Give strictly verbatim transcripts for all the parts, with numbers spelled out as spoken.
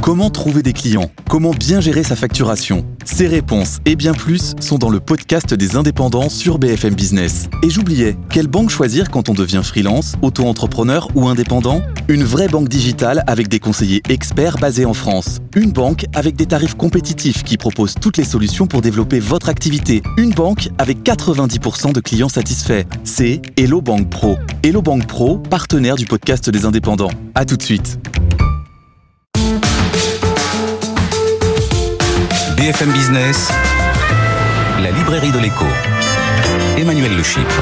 Comment trouver des clients ? Comment bien gérer sa facturation ? Ces réponses et bien plus sont dans le podcast des indépendants sur B F M Business. Et j'oubliais, quelle banque choisir quand on devient freelance, auto-entrepreneur ou indépendant ? Une vraie banque digitale avec des conseillers experts basés en France. Une banque avec des tarifs compétitifs qui propose toutes les solutions pour développer votre activité. Une banque avec quatre-vingt-dix pour cent de clients satisfaits. C'est Hello Bank Pro. Hello Bank Pro, partenaire du podcast des indépendants. À tout de suite. B F M Business, la librairie de l'écho. Emmanuel Le Chypre.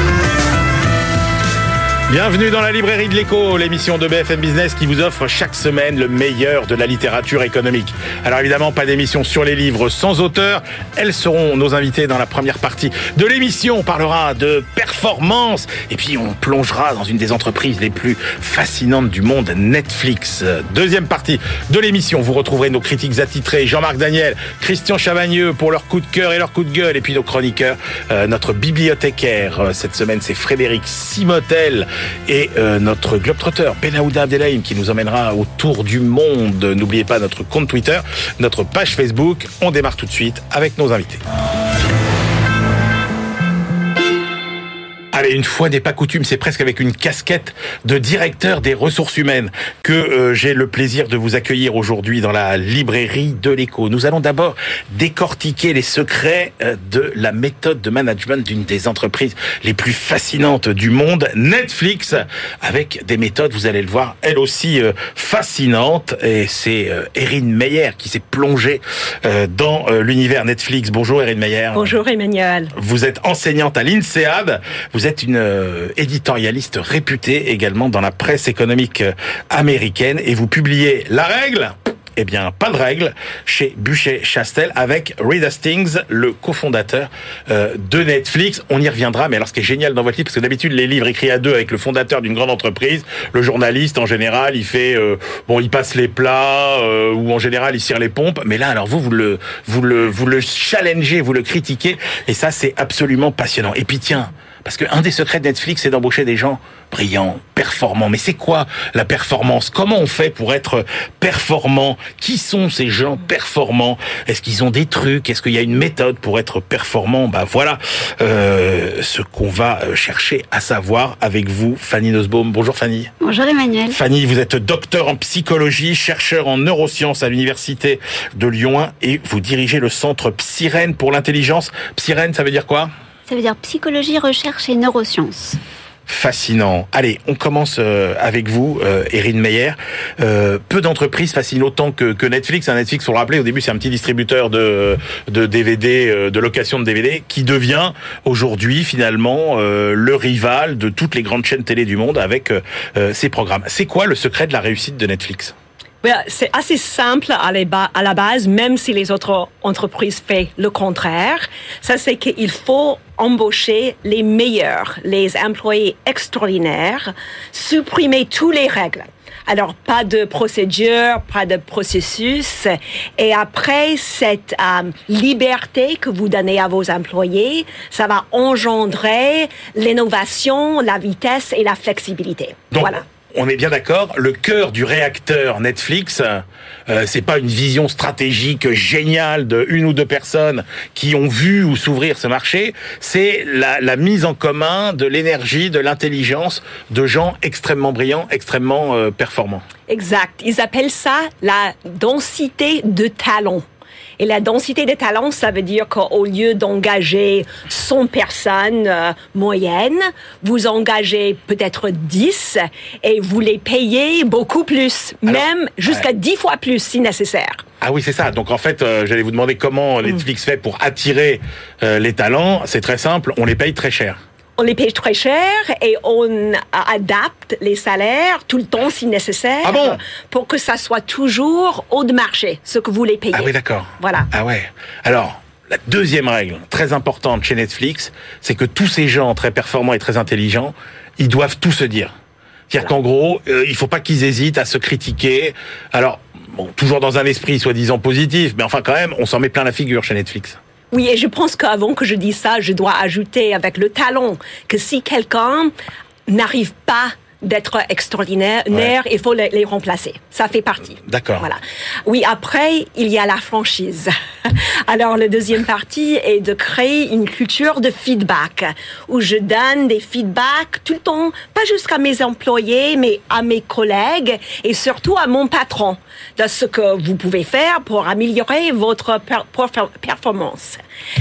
Bienvenue dans la librairie de l'écho, l'émission de B F M Business qui vous offre chaque semaine le meilleur de la littérature économique. Alors évidemment, pas d'émission sur les livres sans auteur. Elles seront nos invités dans la première partie de l'émission. On parlera de performance et puis on plongera dans une des entreprises les plus fascinantes du monde, Netflix. Deuxième partie de l'émission, vous retrouverez nos critiques attitrés, Jean-Marc Daniel, Christian Chavagneux pour leur coup de cœur et leur coup de gueule. Et puis nos chroniqueurs, euh, notre bibliothécaire. Cette semaine, c'est Frédéric Simotel. Et euh, notre globetrotter Benaouda Abdelhaim qui nous emmènera autour du monde. N'oubliez pas notre compte Twitter, notre page Facebook. On démarre tout de suite avec nos invités. Allez, une fois n'est pas coutume, c'est presque avec une casquette de directeur des ressources humaines que euh, j'ai le plaisir de vous accueillir aujourd'hui dans la librairie de l'écho. Nous allons d'abord décortiquer les secrets euh, de la méthode de management d'une des entreprises les plus fascinantes du monde, Netflix, avec des méthodes, vous allez le voir, elles aussi euh, fascinantes. Et c'est euh, Erin Meyer qui s'est plongée euh, dans euh, l'univers Netflix. Bonjour Erin Meyer. Bonjour Emmanuel. Vous êtes enseignante à l'INSEAD. Vous Vous êtes une euh, éditorialiste réputée également dans la presse économique euh, américaine et vous publiez La Règle. Eh bien, pas de règle chez Buchet-Chastel avec Reed Hastings, le cofondateur euh, de Netflix. On y reviendra, mais alors ce qui est génial dans votre livre, parce que d'habitude les livres écrits à deux avec le fondateur d'une grande entreprise, le journaliste en général, il fait euh, bon, il passe les plats euh, ou en général il cire les pompes. Mais là, alors vous, vous le, vous le, vous le challengez, vous le critiquez, et ça c'est absolument passionnant. Et puis tiens. Parce que un des secrets de Netflix, c'est d'embaucher des gens brillants, performants. Mais c'est quoi la performance ? Comment on fait pour être performant ? Qui sont ces gens performants ? Est-ce qu'ils ont des trucs ? Est-ce qu'il y a une méthode pour être performant ? Bah voilà euh, ce qu'on va chercher à savoir avec vous, Fanny Nussbaum. Bonjour Fanny. Bonjour Emmanuel. Fanny, vous êtes docteur en psychologie, chercheur en neurosciences à l'université de Lyon un et vous dirigez le centre Psyrène pour l'intelligence. Psyrène, ça veut dire quoi ? Ça veut dire psychologie, recherche et neurosciences. Fascinant. Allez, on commence euh, avec vous, euh, Erin Meyer. Euh, peu d'entreprises fascinent autant que, que Netflix. Un Netflix, faut le rappeler, au début, c'est un petit distributeur de, de D V D, euh, de location de D V D, qui devient aujourd'hui, finalement, euh, le rival de toutes les grandes chaînes télé du monde avec euh, ses programmes. C'est quoi le secret de la réussite de Netflix ? C'est assez simple à la base, même si les autres entreprises font le contraire. Ça, c'est qu'il faut embaucher les meilleurs, les employés extraordinaires, supprimer toutes les règles. Alors, pas de procédure, pas de processus. Et après, cette euh, liberté que vous donnez à vos employés, ça va engendrer l'innovation, la vitesse et la flexibilité. Donc, voilà. On est bien d'accord, le cœur du réacteur Netflix, euh, c'est pas une vision stratégique géniale de une ou deux personnes qui ont vu ou s'ouvrir ce marché, c'est la, la mise en commun de l'énergie, de l'intelligence de gens extrêmement brillants, extrêmement euh, performants. Exact. Ils appellent ça la densité de talent. Et la densité de talent, ça veut dire qu'au lieu d'engager cent personnes euh, moyennes, vous engagez peut-être dix et vous les payez beaucoup plus, alors, même jusqu'à ouais. dix fois plus si nécessaire. Ah oui, c'est ça. Donc en fait, euh, j'allais vous demander comment Netflix mmh. fait pour attirer euh, les talents. C'est très simple, on les paye très cher. On les paye très cher et on adapte les salaires tout le temps si nécessaire ah bon pour que ça soit toujours haut de marché, ce que vous les payez. Ah oui, d'accord. Voilà. Ah ouais. Alors, la deuxième règle très importante chez Netflix, c'est que tous ces gens très performants et très intelligents, ils doivent tout se dire. C'est-à-dire voilà. qu'en gros, euh, il faut pas qu'ils hésitent à se critiquer. Alors, bon, toujours dans un esprit soi-disant positif, mais enfin quand même, on s'en met plein la figure chez Netflix. Oui, et je pense qu'avant que je dise ça, je dois ajouter avec le talent que si quelqu'un n'arrive pas d'être extraordinaires, Ouais. il faut les, les remplacer. Ça fait partie. D'accord. Voilà. Oui, après, il y a la franchise. Alors, la deuxième partie est de créer une culture de feedback, où je donne des feedbacks tout le temps, pas juste à mes employés, mais à mes collègues et surtout à mon patron, de ce que vous pouvez faire pour améliorer votre per- per- performance.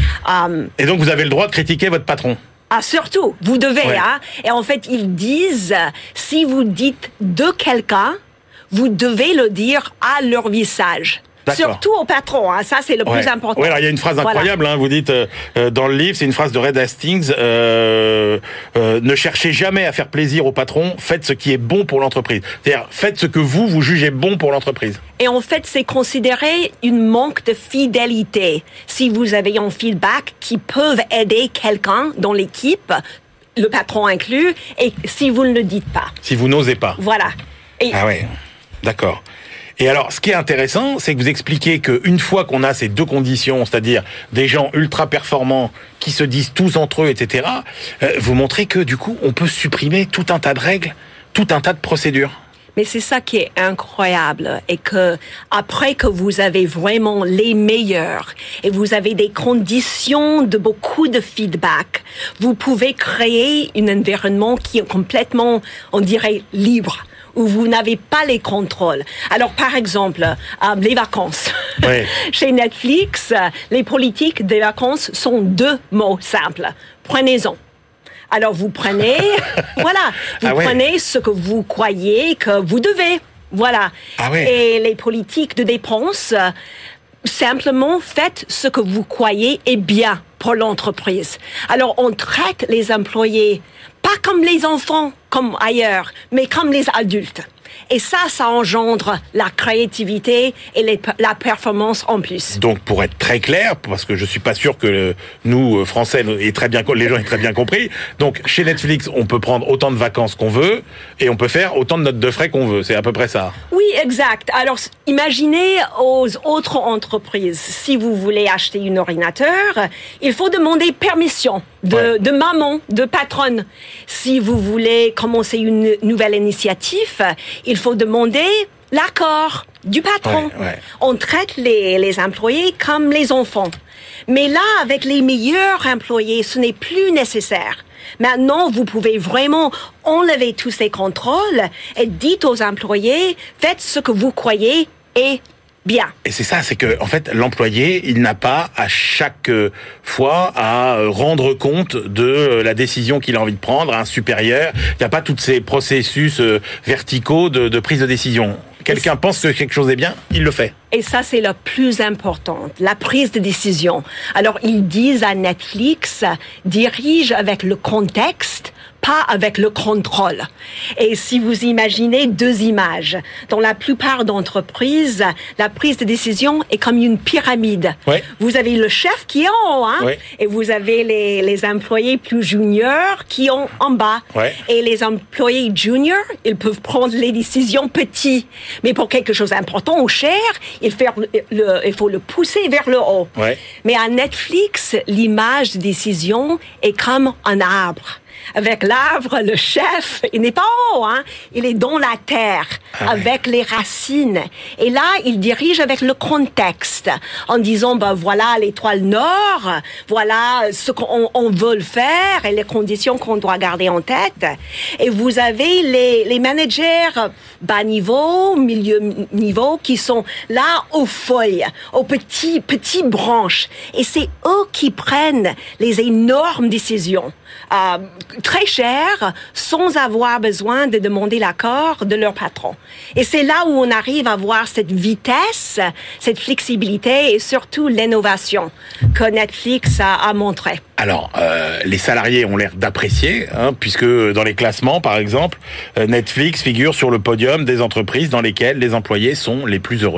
Um, Et donc, vous avez le droit de critiquer votre patron. Ah, surtout, vous devez, Ouais. hein. Et en fait, ils disent, si vous dites de quelqu'un, vous devez le dire à leur visage. D'accord. Surtout au patron, hein. Ça, c'est le Ouais. plus important. Ouais, alors il y a une phrase Voilà. incroyable, hein, vous dites euh, euh, dans le livre, c'est une phrase de Red Hastings, euh, euh, ne cherchez jamais à faire plaisir au patron, faites ce qui est bon pour l'entreprise. C'est-à-dire, faites ce que vous, vous jugez bon pour l'entreprise. Et en fait, c'est considéré une manque de fidélité. Si vous avez un feedback qui peut aider quelqu'un dans l'équipe, le patron inclus, et si vous ne le dites pas. Si vous n'osez pas. Voilà. Et Ah ouais, d'accord. Et alors, ce qui est intéressant, c'est que vous expliquez qu'une fois qu'on a ces deux conditions, c'est-à-dire des gens ultra performants qui se disent tous entre eux, et cetera, euh, vous montrez que du coup, on peut supprimer tout un tas de règles, tout un tas de procédures. Mais c'est ça qui est incroyable, et que après que vous avez vraiment les meilleurs et vous avez des conditions de beaucoup de feedback, vous pouvez créer un environnement qui est complètement, on dirait, libre, où vous n'avez pas les contrôles. Alors, par exemple, euh, les vacances. Ouais. Chez Netflix, euh, les politiques des vacances sont deux mots simples. Prenez-en. Alors, vous prenez, voilà, vous Ah ouais. prenez ce que vous croyez que vous devez. Voilà. Ah ouais. Et les politiques de dépenses, euh, simplement faites ce que vous croyez est bien pour l'entreprise. Alors, on traite les employés pas comme les enfants, comme ailleurs, mais comme les adultes. Et ça, ça engendre la créativité et les, la performance en plus. Donc, pour être très clair, parce que je suis pas sûr que euh, nous, euh, Français, nous, aient très bien, les gens aient très bien compris. Donc, chez Netflix, on peut prendre autant de vacances qu'on veut et on peut faire autant de notes de frais qu'on veut. C'est à peu près ça. Oui, exact. Alors, imaginez aux autres entreprises, si vous voulez acheter un ordinateur, il faut demander permission de, Ouais. de maman, de patronne. Si vous voulez commencer une nouvelle initiative, il faut demander l'accord du patron. Ouais, ouais. On traite les, les employés comme les enfants. Mais là, avec les meilleurs employés, ce n'est plus nécessaire. Maintenant, vous pouvez vraiment enlever tous ces contrôles et dites aux employés, faites ce que vous croyez est bien. Et c'est ça, c'est que en fait, l'employé, il n'a pas à chaque euh, fois à euh, rendre compte de euh, la décision qu'il a envie de prendre à un supérieur. Il n'y a pas tous ces processus euh, verticaux de, de prise de décision. Quelqu'un pense que quelque chose est bien, il le fait. Et ça, c'est le plus important, la prise de décision. Alors, ils disent à Netflix, dirige avec le contexte, pas avec le contrôle. Et si vous imaginez deux images, dans la plupart d'entreprises, la prise de décision est comme une pyramide. Ouais. Vous avez le chef qui est en haut, hein, Ouais. et vous avez les, les employés plus juniors qui sont en bas. Ouais. Et les employés juniors, ils peuvent prendre les décisions petits. Mais pour quelque chose d'important ou cher, il, fait le, le, il faut le pousser vers le haut. Ouais. Mais à Netflix, l'image de décision est comme un arbre. Avec l'arbre, le chef, il n'est pas en haut, hein, il est dans la terre, Ah ouais. avec les racines. Et là, il dirige avec le contexte, en disant, ben voilà l'étoile nord, voilà ce qu'on on veut le faire et les conditions qu'on doit garder en tête. Et vous avez les, les managers bas niveau, milieu niveau, qui sont là aux feuilles, aux petits, petits branches. Et c'est eux qui prennent les énormes décisions. Euh, très cher, sans avoir besoin de demander l'accord de leur patron. Et c'est là où on arrive à voir cette vitesse, cette flexibilité et surtout l'innovation que Netflix a, a montré. Alors, euh, les salariés ont l'air d'apprécier, hein, puisque dans les classements, par exemple, euh, Netflix figure sur le podium des entreprises dans lesquelles les employés sont les plus heureux.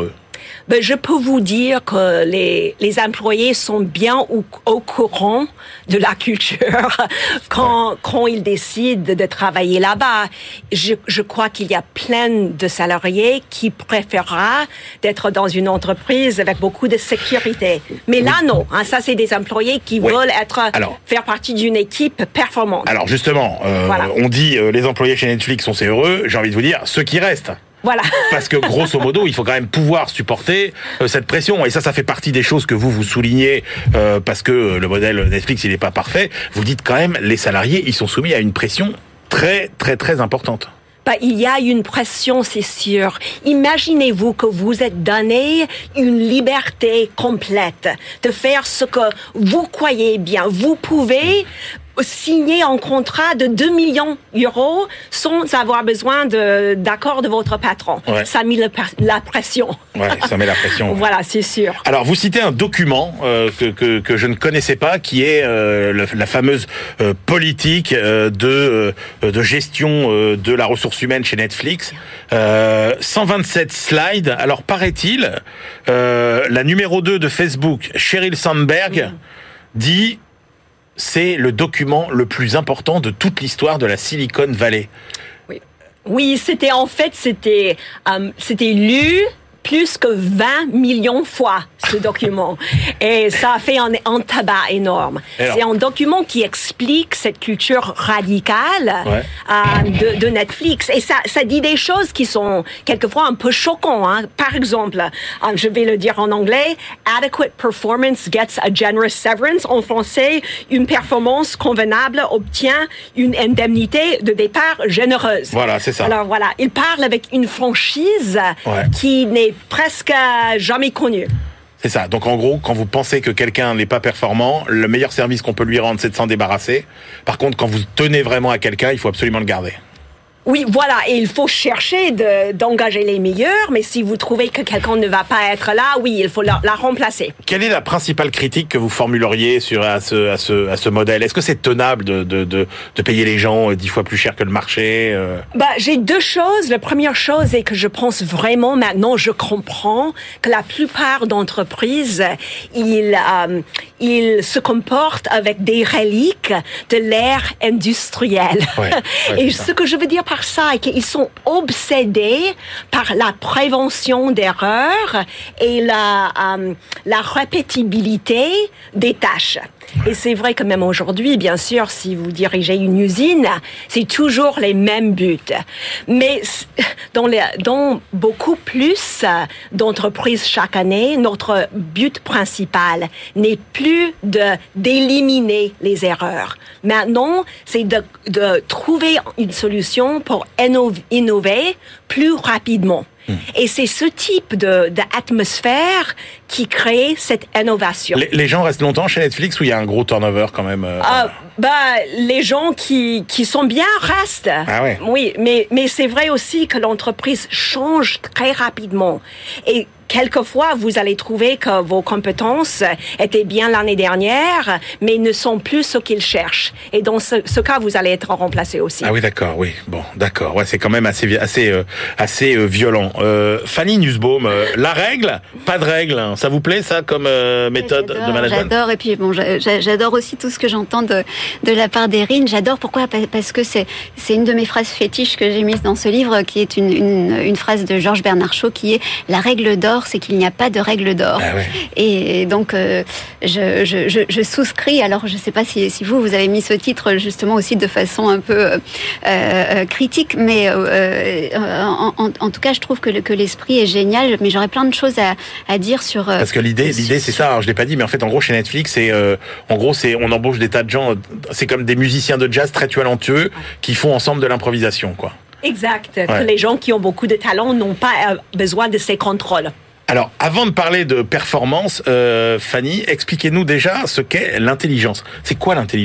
Ben, je peux vous dire que les, les employés sont bien au, au courant de la culture quand, ouais. quand ils décident de travailler là-bas. Je, je crois qu'il y a plein de salariés qui préférera d'être dans une entreprise avec beaucoup de sécurité. Mais là, oui. non. Hein, ça, c'est des employés qui oui. veulent être, alors, faire partie d'une équipe performante. Alors, justement, euh, voilà. on dit euh, les employés chez Netflix sont c'est heureux. J'ai envie de vous dire, ceux qui restent. Voilà. Parce que grosso modo, il faut quand même pouvoir supporter euh, cette pression. Et ça, ça fait partie des choses que vous, vous soulignez euh, parce que le modèle Netflix, il n'est pas parfait. Vous dites quand même, les salariés, ils sont soumis à une pression très, très, très importante. Bah, il y a une pression, c'est sûr. Imaginez-vous que vous êtes donné une liberté complète de faire ce que vous croyez bien. Vous pouvez signer un contrat de deux millions d'euros sans avoir besoin de, d'accord de votre patron. Ouais. Ça met le, la pression. Ouais, ça met la pression. Ouais. Voilà, c'est sûr. Alors, vous citez un document euh, que, que, que je ne connaissais pas, qui est euh, le, la fameuse euh, politique euh, de, euh, de gestion euh, de la ressource humaine chez Netflix. Euh, cent vingt-sept slides. Alors, paraît-il, euh, la numéro deux de Facebook, Sheryl Sandberg, mmh. dit... c'est le document le plus important de toute l'histoire de la Silicon Valley. Oui, oui, c'était en fait, c'était, euh, c'était lu plus que vingt millions de fois, ce document. Et ça a fait un, un tabac énorme. Alors, c'est un document qui explique cette culture radicale ouais. euh, de, de Netflix. Et ça, ça dit des choses qui sont quelquefois un peu choquantes. Hein. Par exemple, euh, je vais le dire en anglais, « Adequate performance gets a generous severance ». En français, une performance convenable obtient une indemnité de départ généreuse. Voilà, c'est ça. Alors voilà, il parle avec une franchise ouais. qui n'est presque jamais connu. C'est ça. Donc en gros, quand vous pensez que quelqu'un n'est pas performant, le meilleur service qu'on peut lui rendre, c'est de s'en débarrasser. Par contre, quand vous tenez vraiment à quelqu'un, il faut absolument le garder. Oui, voilà, et il faut chercher de, d'engager les meilleurs, mais si vous trouvez que quelqu'un ne va pas être là, oui, il faut la, la remplacer. Quelle est la principale critique que vous formuleriez sur à ce à ce à ce modèle ? Est-ce que c'est tenable de de de, de payer les gens dix fois plus cher que le marché ? euh... Bah, j'ai deux choses. La première chose est que je pense vraiment maintenant, je comprends que la plupart d'entreprises, ils euh, ils se comportent avec des reliques de l'ère industrielle. Ouais, ouais, et ce que je veux dire par ça est qu'ils sont obsédés par la prévention d'erreurs et la, euh, la répétibilité des tâches. Et c'est vrai que même aujourd'hui, bien sûr, si vous dirigez une usine, c'est toujours les mêmes buts. Mais dans, les, dans beaucoup plus d'entreprises chaque année, notre but principal n'est plus de, d'éliminer les erreurs. Maintenant, c'est de, de trouver une solution pour innover plus rapidement. Et c'est ce type de, d'atmosphère qui crée cette innovation. Les, les gens restent longtemps chez Netflix ou il y a un gros turnover quand même euh... euh, bah, les gens qui, qui sont bien restent. Ah ouais. Oui, mais, mais c'est vrai aussi que l'entreprise change très rapidement. Et quelquefois, vous allez trouver que vos compétences étaient bien l'année dernière, mais ne sont plus ce qu'ils cherchent. Et dans ce, ce cas, vous allez être remplacé aussi. Ah oui, d'accord, oui. Bon, d'accord. Ouais, c'est quand même assez, assez, euh, assez euh, violent. Euh, Fanny Nussbaum, euh, la règle, pas de règle. Hein. Ça vous plaît, ça, comme euh, méthode j'adore, de management ? J'adore. Et puis, bon, j'adore aussi tout ce que j'entends de, de la part d'Erin. J'adore. Pourquoi ? Parce que c'est, c'est une de mes phrases fétiches que j'ai mise dans ce livre, qui est une, une, une phrase de Georges Bernard Shaw, qui est « La règle d'or, c'est qu'il n'y a pas de règle d'or. Ah ouais. » Et donc, euh, je, je, je, je souscris. Alors, je ne sais pas si, si vous, vous avez mis ce titre justement aussi de façon un peu euh, euh, critique, mais euh, en, en, en tout cas, je trouve que, le, que l'esprit est génial. Mais j'aurais plein de choses à, à dire sur. Euh, Parce que l'idée, sur, l'idée, c'est ça. Alors, je l'ai pas dit, mais en fait, en gros, chez Netflix, c'est, euh, en gros, c'est, on embauche des tas de gens. C'est comme des musiciens de jazz très talentueux qui font ensemble de l'improvisation, quoi. Exact. Ouais. Que les gens qui ont beaucoup de talent n'ont pas euh, besoin de ces contrôles. Alors, avant de parler de performance, euh, Fanny, expliquez-nous déjà ce qu'est l'intelligence. C'est quoi l'intelligence ?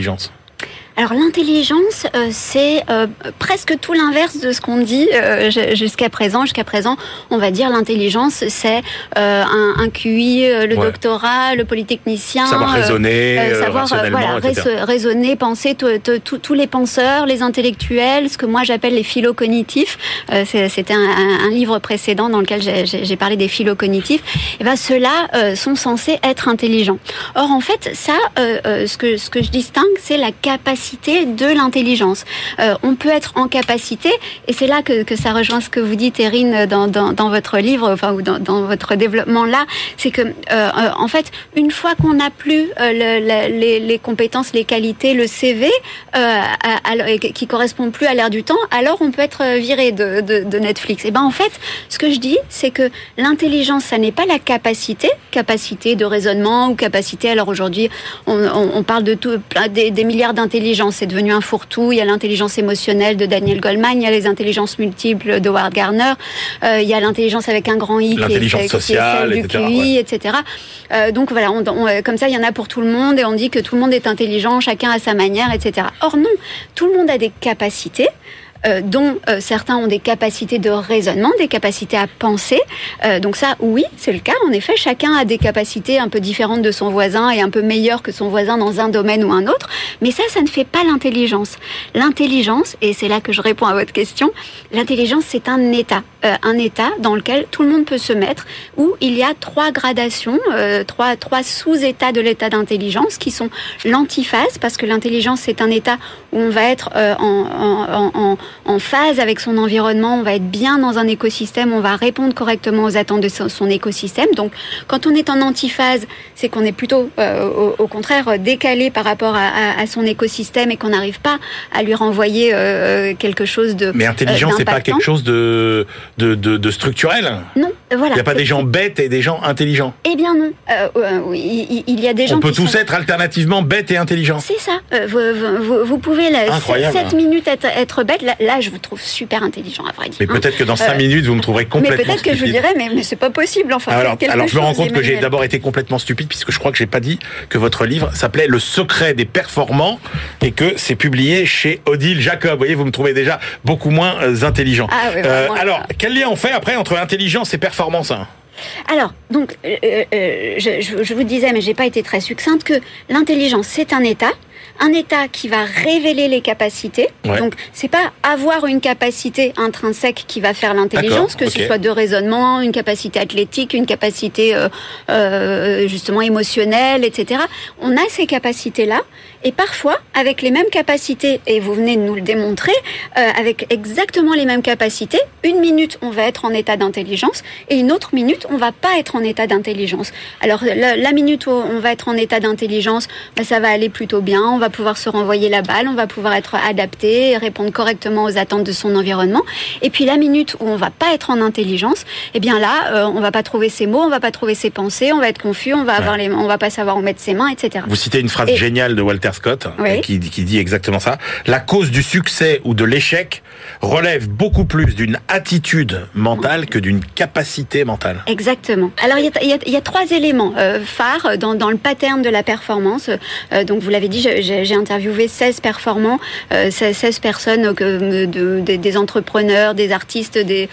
Alors l'intelligence, euh, c'est euh, presque tout l'inverse de ce qu'on dit euh, jusqu'à présent. Jusqu'à présent, on va dire l'intelligence, c'est euh, un, un Q I, euh, le ouais. doctorat, le polytechnicien, savoir raisonner, euh, euh, savoir euh, voilà, rais- raisonner, penser, tous les penseurs, les intellectuels, ce que moi j'appelle les philo-cognitifs. Euh, c'est, c'était un, un, un livre précédent dans lequel j'ai, j'ai parlé des philo-cognitifs. Et ben ceux-là euh, sont censés être intelligents. Or en fait, ça, euh, euh, ce que ce que je distingue, c'est la capacité de l'intelligence. Euh, on peut être en capacité, et c'est là que, que ça rejoint ce que vous dites, Erin, dans, dans, dans votre livre, enfin, ou dans, dans votre développement là, c'est que, euh, en fait, une fois qu'on n'a plus euh, le, le, les, les compétences, les qualités, le C V, euh, à, à, qui correspond plus à l'ère du temps, alors on peut être viré de, de, de Netflix. Et ben en fait, ce que je dis, c'est que l'intelligence, ça n'est pas la capacité, capacité de raisonnement ou capacité. Alors aujourd'hui, on, on, on parle de tout, des, des milliards d'intelligences. C'est devenu un fourre-tout. Il y a l'intelligence émotionnelle de Daniel Goleman, il y a les intelligences multiples de Howard Gardner, euh, il y a l'intelligence avec un grand I, l'intelligence qui est, sociale, qui est celle du Q I, ouais. et cetera. Euh, donc voilà, on, on, comme ça, il y en a pour tout le monde et on dit que tout le monde est intelligent, chacun à sa manière, et cetera. Or non, tout le monde a des capacités. Euh, dont euh, certains ont des capacités de raisonnement, des capacités à penser. Euh, donc ça, oui, c'est le cas. En effet, chacun a des capacités un peu différentes de son voisin et un peu meilleures que son voisin dans un domaine ou un autre. Mais ça, ça ne fait pas l'intelligence. L'intelligence, et c'est là que je réponds à votre question, l'intelligence, c'est un état. Euh, un état dans lequel tout le monde peut se mettre, où il y a trois gradations, euh, trois, trois sous-états de l'état d'intelligence qui sont l'antiphase, parce que l'intelligence, c'est un état où on va être euh, en, en, en, en phase avec son environnement, on va être bien dans un écosystème, on va répondre correctement aux attentes de son, son écosystème. Donc, quand on est en antiphase, c'est qu'on est plutôt, euh, au, au contraire, décalé par rapport à, à, à son écosystème et qu'on n'arrive pas à lui renvoyer euh, quelque chose de Mais intelligent, euh, c'est pas quelque chose de... De, de, de structurel. Non, voilà. Il n'y a pas des gens bêtes et des gens intelligents. Eh bien non. Euh, euh, oui, il, il y a des gens. On peut qui tous sont... être alternativement bêtes et intelligents. C'est ça. Euh, vous, vous, vous pouvez là, sept minutes être, être bête. Là, là, je vous trouve super intelligent, à vrai dire. Mais hein. peut-être que dans cinq euh, minutes, vous me trouverez complètement Mais peut-être stupide. que je vous dirais, mais, mais c'est pas possible. Enfin, alors, alors je me rends compte Emmanuel. que j'ai d'abord été complètement stupide puisque je crois que j'ai pas dit que votre livre s'appelait Le secret des performants et que c'est publié chez Odile Jacob. Vous voyez, vous me trouvez déjà beaucoup moins euh, intelligent. Ah, oui, euh, vraiment, alors, là. Quel lien on fait après entre intelligence et performance hein? Alors, donc, euh, euh, je, je, je vous disais, mais j'ai pas été très succincte, que l'intelligence, c'est un état. Un état qui va révéler les capacités. Ouais. Donc, c'est pas avoir une capacité intrinsèque qui va faire l'intelligence, que okay. ce soit de raisonnement, une capacité athlétique, une capacité euh, euh, justement émotionnelle, et cetera. On a ces capacités-là, et parfois, avec les mêmes capacités, et vous venez de nous le démontrer, euh, avec exactement les mêmes capacités, une minute, on va être en état d'intelligence, et une autre minute, on va pas être en état d'intelligence. Alors, la, la minute où on va être en état d'intelligence, ben, ça va aller plutôt bien, on va pouvoir se renvoyer la balle, on va pouvoir être adapté, répondre correctement aux attentes de son environnement. Et puis la minute où on va pas être en intelligence, eh bien là, euh, on va pas trouver ses mots, on va pas trouver ses pensées, on va être confus, on va avoir ouais. les, on va pas savoir où mettre ses mains, et cetera. Vous citez une phrase Et... géniale de Walter Scott oui. qui, qui dit exactement ça. La cause du succès ou de l'échec relève beaucoup plus d'une attitude mentale que d'une capacité mentale. Exactement. Alors il y a, y a, y a trois éléments euh, phares dans, dans le pattern de la performance. Euh, donc vous l'avez dit, j'ai, j'ai interviewé seize performants, euh, seize personnes, euh, de, de, des entrepreneurs, des artistes, des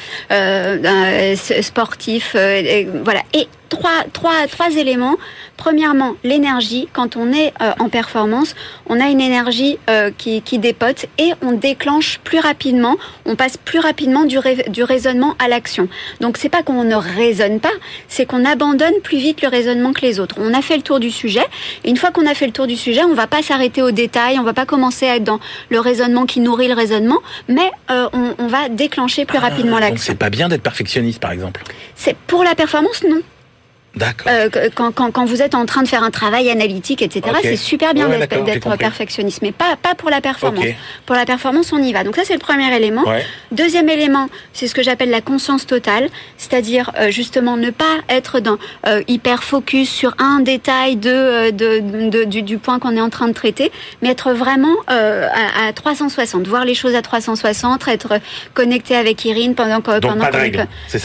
euh, sportifs, euh, et, voilà. Et Trois, trois, trois éléments. Premièrement, l'énergie. Quand on est euh, en performance, on a une énergie euh, qui, qui dépote et on déclenche plus rapidement. On passe plus rapidement du, rai, du raisonnement à l'action. Donc, c'est pas qu'on ne raisonne pas, c'est qu'on abandonne plus vite le raisonnement que les autres. On a fait le tour du sujet. Et une fois qu'on a fait le tour du sujet, on va pas s'arrêter aux détails. On va pas commencer à être dans le raisonnement qui nourrit le raisonnement, mais euh, on, on va déclencher plus rapidement ah, l'action. Donc, c'est pas bien d'être perfectionniste, par exemple. C'est pour la performance, non. D'accord. Euh, quand, quand, quand vous êtes en train de faire un travail analytique, et cetera, okay. c'est super bien ouais, d'être, d'être perfectionniste, mais pas, pas pour la performance. Okay. Pour la performance, on y va. Donc ça, c'est le premier élément. Ouais. Deuxième élément, c'est ce que j'appelle la conscience totale, c'est-à-dire euh, justement ne pas être dans euh, hyper focus sur un détail de, de, de, de du, du point qu'on est en train de traiter, mais être vraiment euh, à, à trois cent soixante, voir les choses à trois cent soixante, être connecté avec Erin pendant que... Donc pendant pas de règle, c'est ça.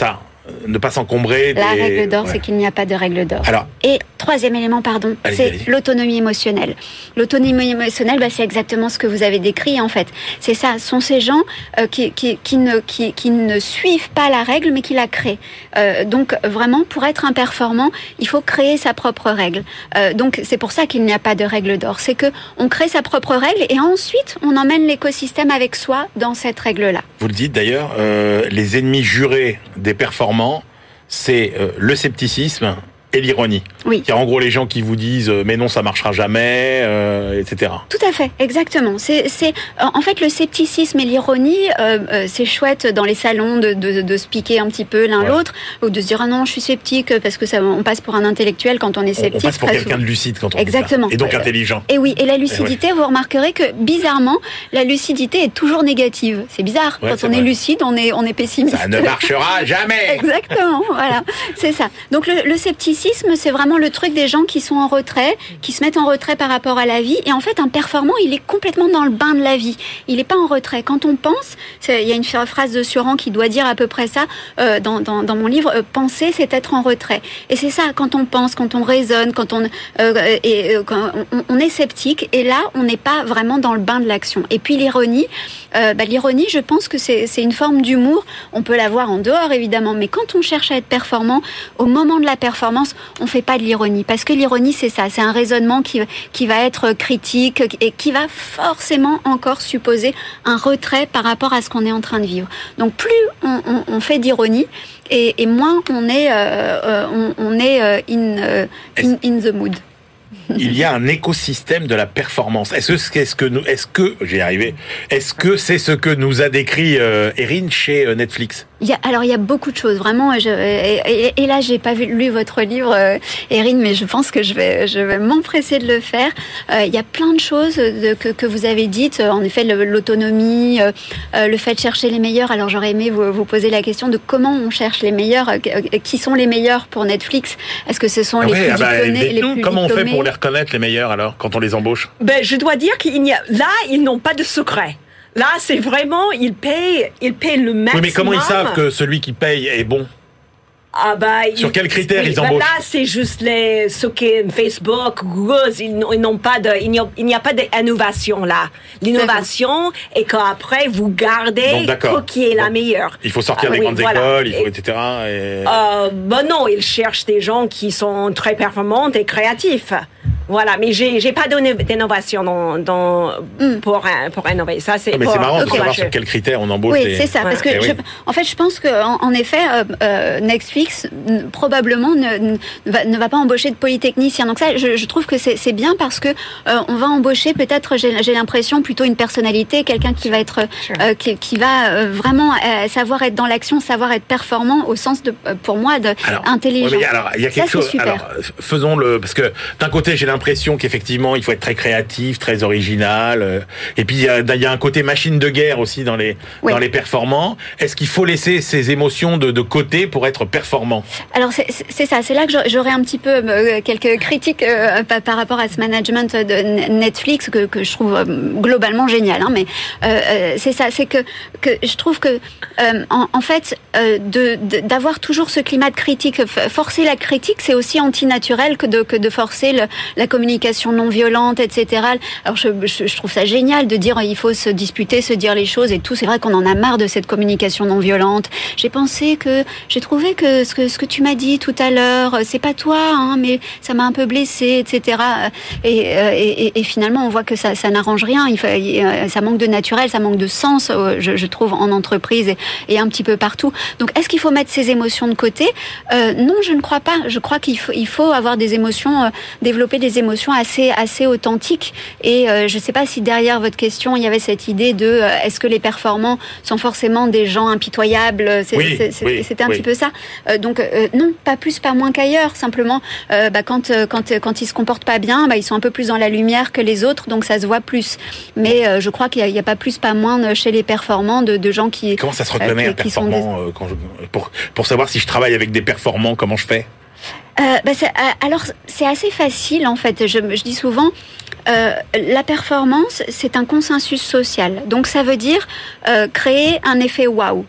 ne pas s'encombrer. La des... règle d'or, ouais. c'est qu'il n'y a pas de règle d'or. Alors, et troisième élément, pardon, allez, c'est allez. l'autonomie émotionnelle. L'autonomie émotionnelle, bah, c'est exactement ce que vous avez décrit en fait. C'est ça, ce sont ces gens euh, qui, qui, qui, ne, qui, qui ne suivent pas la règle, mais qui la créent. Euh, donc vraiment, pour être un performant, il faut créer sa propre règle. Euh, donc c'est pour ça qu'il n'y a pas de règle d'or. C'est que on crée sa propre règle et ensuite on emmène l'écosystème avec soi dans cette règle-là. Vous le dites d'ailleurs, euh, les ennemis jurés des performants, c'est euh, le scepticisme et l'ironie. Oui. Il y a en gros les gens qui vous disent euh, mais non ça marchera jamais, euh, et cetera. Tout à fait, exactement. C'est, c'est en fait le scepticisme et l'ironie, euh, euh, c'est chouette dans les salons de, de, de se piquer un petit peu l'un Ouais. l'autre ou de se dire ah non je suis sceptique parce que ça on passe pour un intellectuel quand on est On, sceptique. on passe pour très quelqu'un souvent. de lucide quand on Exactement. dit ça. Et donc Euh, intelligent. Et oui, et la lucidité, vous remarquerez que bizarrement, la lucidité est toujours négative. C'est bizarre. Ouais, Quand c'est on est vrai. lucide, on est on est pessimiste. Ça ne marchera jamais. Exactement, voilà, c'est ça. Donc le, le scepticisme, c'est vraiment le truc des gens qui sont en retrait, qui se mettent en retrait par rapport à la vie. Et en fait, un performant, il est complètement dans le bain de la vie. Il n'est pas en retrait. Quand on pense, c'est, il y a une phrase de Sioran qui doit dire à peu près ça euh, dans, dans, dans mon livre. Euh, penser, c'est être en retrait. Et c'est ça. Quand on pense, quand on raisonne, quand on euh, et euh, quand on, on est sceptique. Et là, on n'est pas vraiment dans le bain de l'action. Et puis l'ironie, euh, bah, l'ironie, je pense que c'est, c'est une forme d'humour. On peut l'avoir en dehors, évidemment, mais quand on cherche à être performant, au moment de la performance, on fait pas de l'ironie. Parce que l'ironie, c'est ça, c'est un raisonnement qui, qui va être critique et qui va forcément encore supposer un retrait par rapport à ce qu'on est en train de vivre. Donc plus on, on, on fait d'ironie, et, et moins on est, euh, on, on est euh, in, euh, in, in the mood. Il y a un écosystème de la performance. Est-ce que, est-ce que nous, est-ce que, j'ai arrivé, est-ce que c'est ce que nous a décrit euh, Erin chez euh, Netflix? Il y a, alors il y a beaucoup de choses vraiment. Je, et, et, et là, j'ai pas vu, lu votre livre, euh, Erin, mais je pense que je vais, je vais m'empresser de le faire. Euh, il y a plein de choses de, que, que vous avez dites. En effet, le, l'autonomie, euh, le fait de chercher les meilleurs. Alors j'aurais aimé vous, vous poser la question de comment on cherche les meilleurs. Euh, qui sont les meilleurs pour Netflix? Est-ce que ce sont Ah les ouais, plus ah bah, diplômés, les plus comment on fait diplômés pour les reconnaître les meilleurs alors quand on les embauche? Ben, je dois dire qu'il n'y a, là, ils n'ont pas de secret. Là, c'est vraiment, ils payent, ils payent le maximum. Oui, mais comment ils savent que celui qui paye est bon? Ah bah, Sur ils, quels critères oui, ils bah embauchent? Là, c'est juste les, ce que Facebook, Google, ils n'ont, ils n'ont pas de, il n'y a, il n'y a pas d'innovation là. L'innovation est qu'après, vous gardez Donc, ce qui est la Donc, meilleure. Il faut sortir Ah, des oui, grandes voilà. écoles, il faut, Et- et cetera. Et... Euh, ben non, ils cherchent des gens qui sont très performants et créatifs. Voilà, mais j'ai, j'ai pas donné d'innovation dans, dans, Mm. pour, un- pour innover. Ça, c'est Non, mais pour- c'est marrant de pour savoir la- sur quels critères on embauche. Oui, les... c'est ça. Parce que Eh je, oui. en fait, je pense que en, en effet, euh, euh, Netflix n- probablement ne, ne, va, ne va pas embaucher de polytechniciens. Donc ça, je, je trouve que c'est, c'est bien parce que euh, on va embaucher peut-être, j'ai, j'ai l'impression, plutôt une personnalité, quelqu'un qui va être, Sure. euh, qui, qui va euh, vraiment euh, savoir être dans l'action, savoir être performant au sens de, euh, pour moi, de Alors, intelligent. ouais, mais alors, il y a Ça, quelque c'est chose. super. Alors, f- faisons-le parce que d'un côté, j'ai l'impression qu'effectivement, il faut être très créatif, très original. euh, et puis, il y a, il y a un côté machine de guerre aussi dans les Oui. dans les performants. Est-ce qu'il faut laisser ces émotions de, de côté pour être performant? Alors c'est, c'est c'est ça, c'est là que j'aurais- j'aurais un petit peu euh, quelques critiques euh, par, par rapport à ce management de N- Netflix que, que je trouve euh, globalement génial. Hein, mais euh, euh, c'est ça, c'est que, que je trouve que euh, en, en fait euh, de, de- d'avoir toujours ce climat de critique, f- forcer la critique, c'est aussi antinaturel que de que de forcer le, la communication non violente, et cetera. Alors je, je, je trouve ça génial de dire il faut se disputer, se dire les choses et tout. C'est vrai qu'on en a marre de cette communication non violente. J'ai pensé que j'ai trouvé que ce que ce que tu m'as dit tout à l'heure, c'est pas toi, hein, mais ça m'a un peu blessé, et cetera. Et, euh, et, et, et finalement, on voit que ça, ça n'arrange rien. Il faut, ça manque de naturel, ça manque de sens, je, je trouve, en entreprise et, et un petit peu partout. Donc, est-ce qu'il faut mettre ces émotions de côté? euh, Non, je ne crois pas. Je crois qu'il faut, il faut avoir des émotions, euh, développer des émotions assez, assez authentiques. Et euh, je ne sais pas si derrière votre question, il y avait cette idée de euh, est-ce que les performants sont forcément des gens impitoyables? C'est, Oui, c'est, c'est, oui, c'était un oui. petit peu ça. Euh, donc euh, non, pas plus, pas moins qu'ailleurs. Simplement, euh, bah, quand euh, quand quand ils se comportent pas bien, bah, ils sont un peu plus dans la lumière que les autres, donc ça se voit plus. Mais euh, je crois qu'il y a, il y a pas plus, pas moins chez les performants de, de gens qui. Comment ça se reconnaît euh, un qui- qui sont performant euh, quand je- pour pour savoir si je travaille avec des performants, comment je fais? Euh, bah, c'est, euh, alors c'est assez facile en fait. Je, je dis souvent, euh, la performance c'est un consensus social. Donc ça veut dire euh, créer un effet waouh.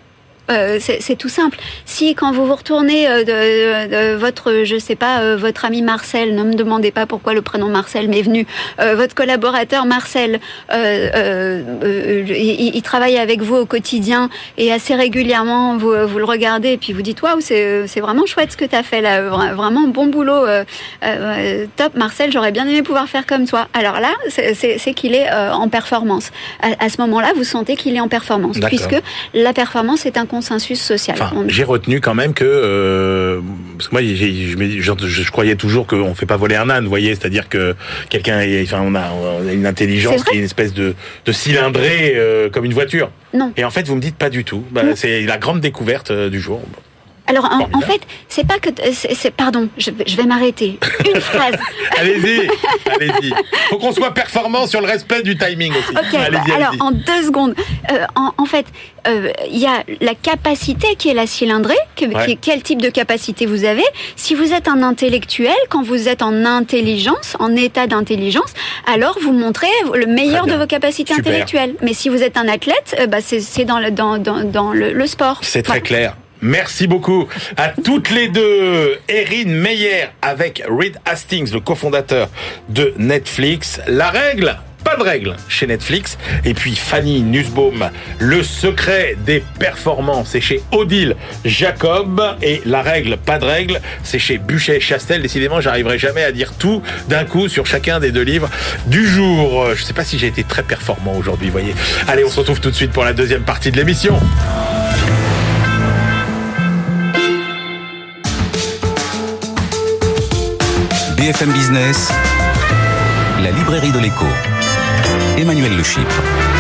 Euh, c'est, c'est tout simple. Si quand vous vous retournez euh, de, de, de votre, je sais pas, euh, votre ami Marcel, ne me demandez pas pourquoi le prénom Marcel m'est venu, euh, votre collaborateur Marcel, euh, euh, euh, il, il travaille avec vous au quotidien et assez régulièrement vous, vous le regardez et puis vous dites waouh, c'est, c'est vraiment chouette ce que tu as fait là, vraiment bon boulot, euh, euh, top Marcel, j'aurais bien aimé pouvoir faire comme toi. Alors là, c'est, c'est, c'est qu'il est euh, en performance. À, à ce moment-là, vous sentez qu'il est en performance, D'accord. puisque la performance est un consensus social. Enfin, On... j'ai retenu quand même que euh, parce que moi, j'ai, je, je, je croyais toujours qu'on fait pas voler un âne, vous voyez, c'est-à-dire que quelqu'un, enfin, on a, on a une intelligence qui est une espèce de, de cylindrée euh, comme une voiture. Non. Et en fait, vous me dites pas du tout. Bah, c'est la grande découverte euh, du jour. Alors en, en fait, c'est pas que c'est, c'est pardon, je, je vais m'arrêter. Une phrase. allez-y, allez-y. Faut qu'on soit performant sur le respect du timing aussi. Ok. Allez-y, alors allez-y. en deux secondes, euh, en, en fait, il euh, y a la capacité qui est la cylindrée. Que, Ouais. qui, quel type de capacité vous avez? Si vous êtes un intellectuel, quand vous êtes en intelligence, en état d'intelligence, alors vous montrez le meilleur de vos capacités Super. intellectuelles. Mais si vous êtes un athlète, euh, bah c'est, c'est dans le dans dans, dans le, le sport. C'est très Voilà. clair. Merci beaucoup à toutes les deux. Erin Meyer avec Reed Hastings, le cofondateur de Netflix. La règle, pas de règle chez Netflix. Et puis Fanny Nussbaum, le secret des performances, c'est chez Odile Jacob. Et la règle, pas de règle, c'est chez Buchet-Chastel. Décidément, j'arriverai jamais à dire tout d'un coup sur chacun des deux livres du jour. Je sais pas si j'ai été très performant aujourd'hui, vous voyez. Allez, on se retrouve tout de suite pour la deuxième partie de l'émission. B F M Business, la librairie de l'écho. Emmanuel Le Chypre.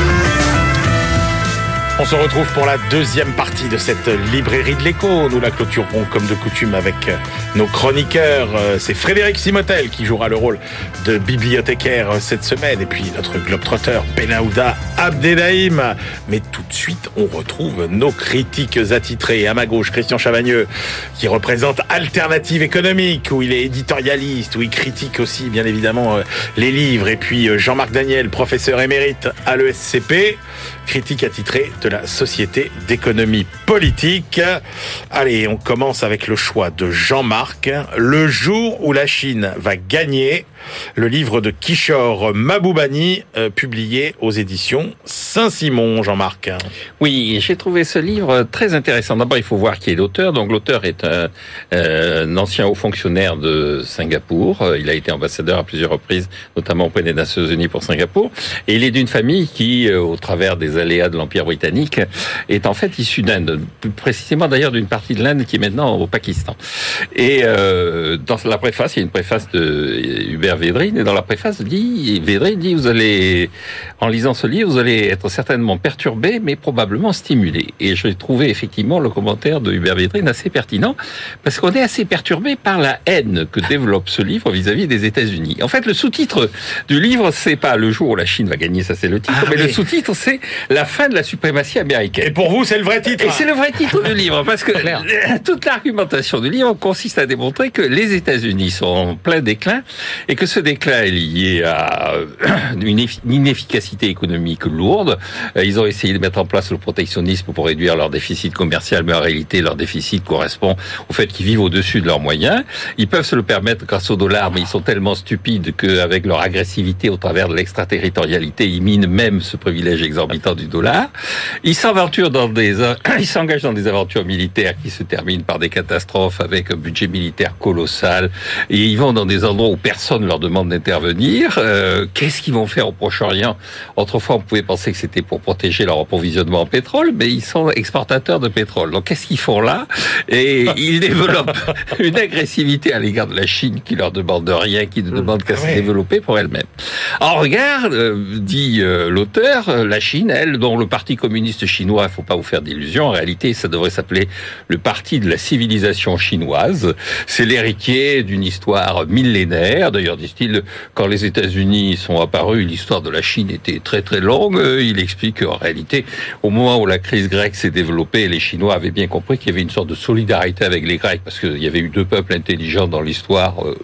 On se retrouve pour la deuxième partie de cette librairie de l'écho. Nous la clôturerons comme de coutume avec nos chroniqueurs. C'est Frédéric Simotel qui jouera le rôle de bibliothécaire cette semaine. Et puis notre globetrotter Benaouda Abdelhaim. Mais tout de suite, on retrouve nos critiques attitrés. À ma gauche, Christian Chavagneux, qui représente Alternative Économique, où il est éditorialiste, où il critique aussi, bien évidemment, les livres. Et puis Jean-Marc Daniel, professeur émérite à l'E S C P, critique attitré de la Société d'économie politique. Allez, on commence avec le choix de Jean-Marc. Le jour où la Chine va gagner, le livre de Kishore Mahboubani, euh, publié aux éditions Saint-Simon. Jean-Marc. Oui, j'ai trouvé ce livre très intéressant. D'abord, il faut voir qui est l'auteur. Donc, l'auteur est un, euh, un ancien haut fonctionnaire de Singapour. Il a été ambassadeur à plusieurs reprises, notamment auprès des Nations Unies pour Singapour. Et il est d'une famille qui, euh, au travers des aléas de l'Empire britannique, est en fait issue d'Inde. Plus précisément, d'ailleurs, d'une partie de l'Inde qui est maintenant au Pakistan. Et euh, dans la préface, il y a une préface de Hubert Védrine. Et dans la préface, dit, Védrine dit, vous allez, en lisant ce livre, vous allez être certainement perturbé, mais probablement stimulé. Et j'ai trouvé effectivement le commentaire de Hubert Védrine assez pertinent, parce qu'on est assez perturbé par la haine que développe ce livre vis-à-vis des États-Unis. En fait, le sous-titre du livre, c'est pas le jour où la Chine va gagner, ça c'est le titre, ah, mais oui. Le sous-titre, c'est la fin de la suprématie américaine. Et pour vous, c'est le vrai titre. Et c'est le vrai titre du livre, parce que toute l'argumentation du livre consiste à démontrer que les États-Unis sont en plein déclin, et que ce déclin est lié à une inefficacité économique lourde. Ils ont essayé de mettre en place le protectionnisme pour réduire leur déficit commercial, mais en réalité, leur déficit correspond au fait qu'ils vivent au-dessus de leurs moyens. Ils peuvent se le permettre grâce au dollar, mais ils sont tellement stupides qu'avec leur agressivité au travers de l'extraterritorialité, ils minent même ce privilège exorbitant du dollar. Ils s'aventurent dans des, ils s'engagent dans des aventures militaires qui se terminent par des catastrophes avec un budget militaire colossal. Et ils vont dans des endroits où personne leur demande d'intervenir. Euh, qu'est-ce qu'ils vont faire au Proche-Orient? Autrefois, on pouvait penser que c'était pour protéger leur approvisionnement en pétrole, mais ils sont exportateurs de pétrole. Donc, qu'est-ce qu'ils font là? Et ils développent une agressivité à l'égard de la Chine qui leur demande rien, qui ne demande qu'à se développer pour elle-même. En regard, euh, dit euh, l'auteur, la Chine, elle, dont le Parti communiste chinois, il ne faut pas vous faire d'illusions, en réalité, ça devrait s'appeler le Parti de la civilisation chinoise. C'est l'héritier d'une histoire millénaire. D'ailleurs, disent-ils, quand les États-Unis sont apparus, l'histoire de la Chine était très très longue. Il explique qu'en réalité, au moment où la crise grecque s'est développée, les Chinois avaient bien compris qu'il y avait une sorte de solidarité avec les Grecs, parce qu'il y avait eu deux peuples intelligents dans l'histoire, eux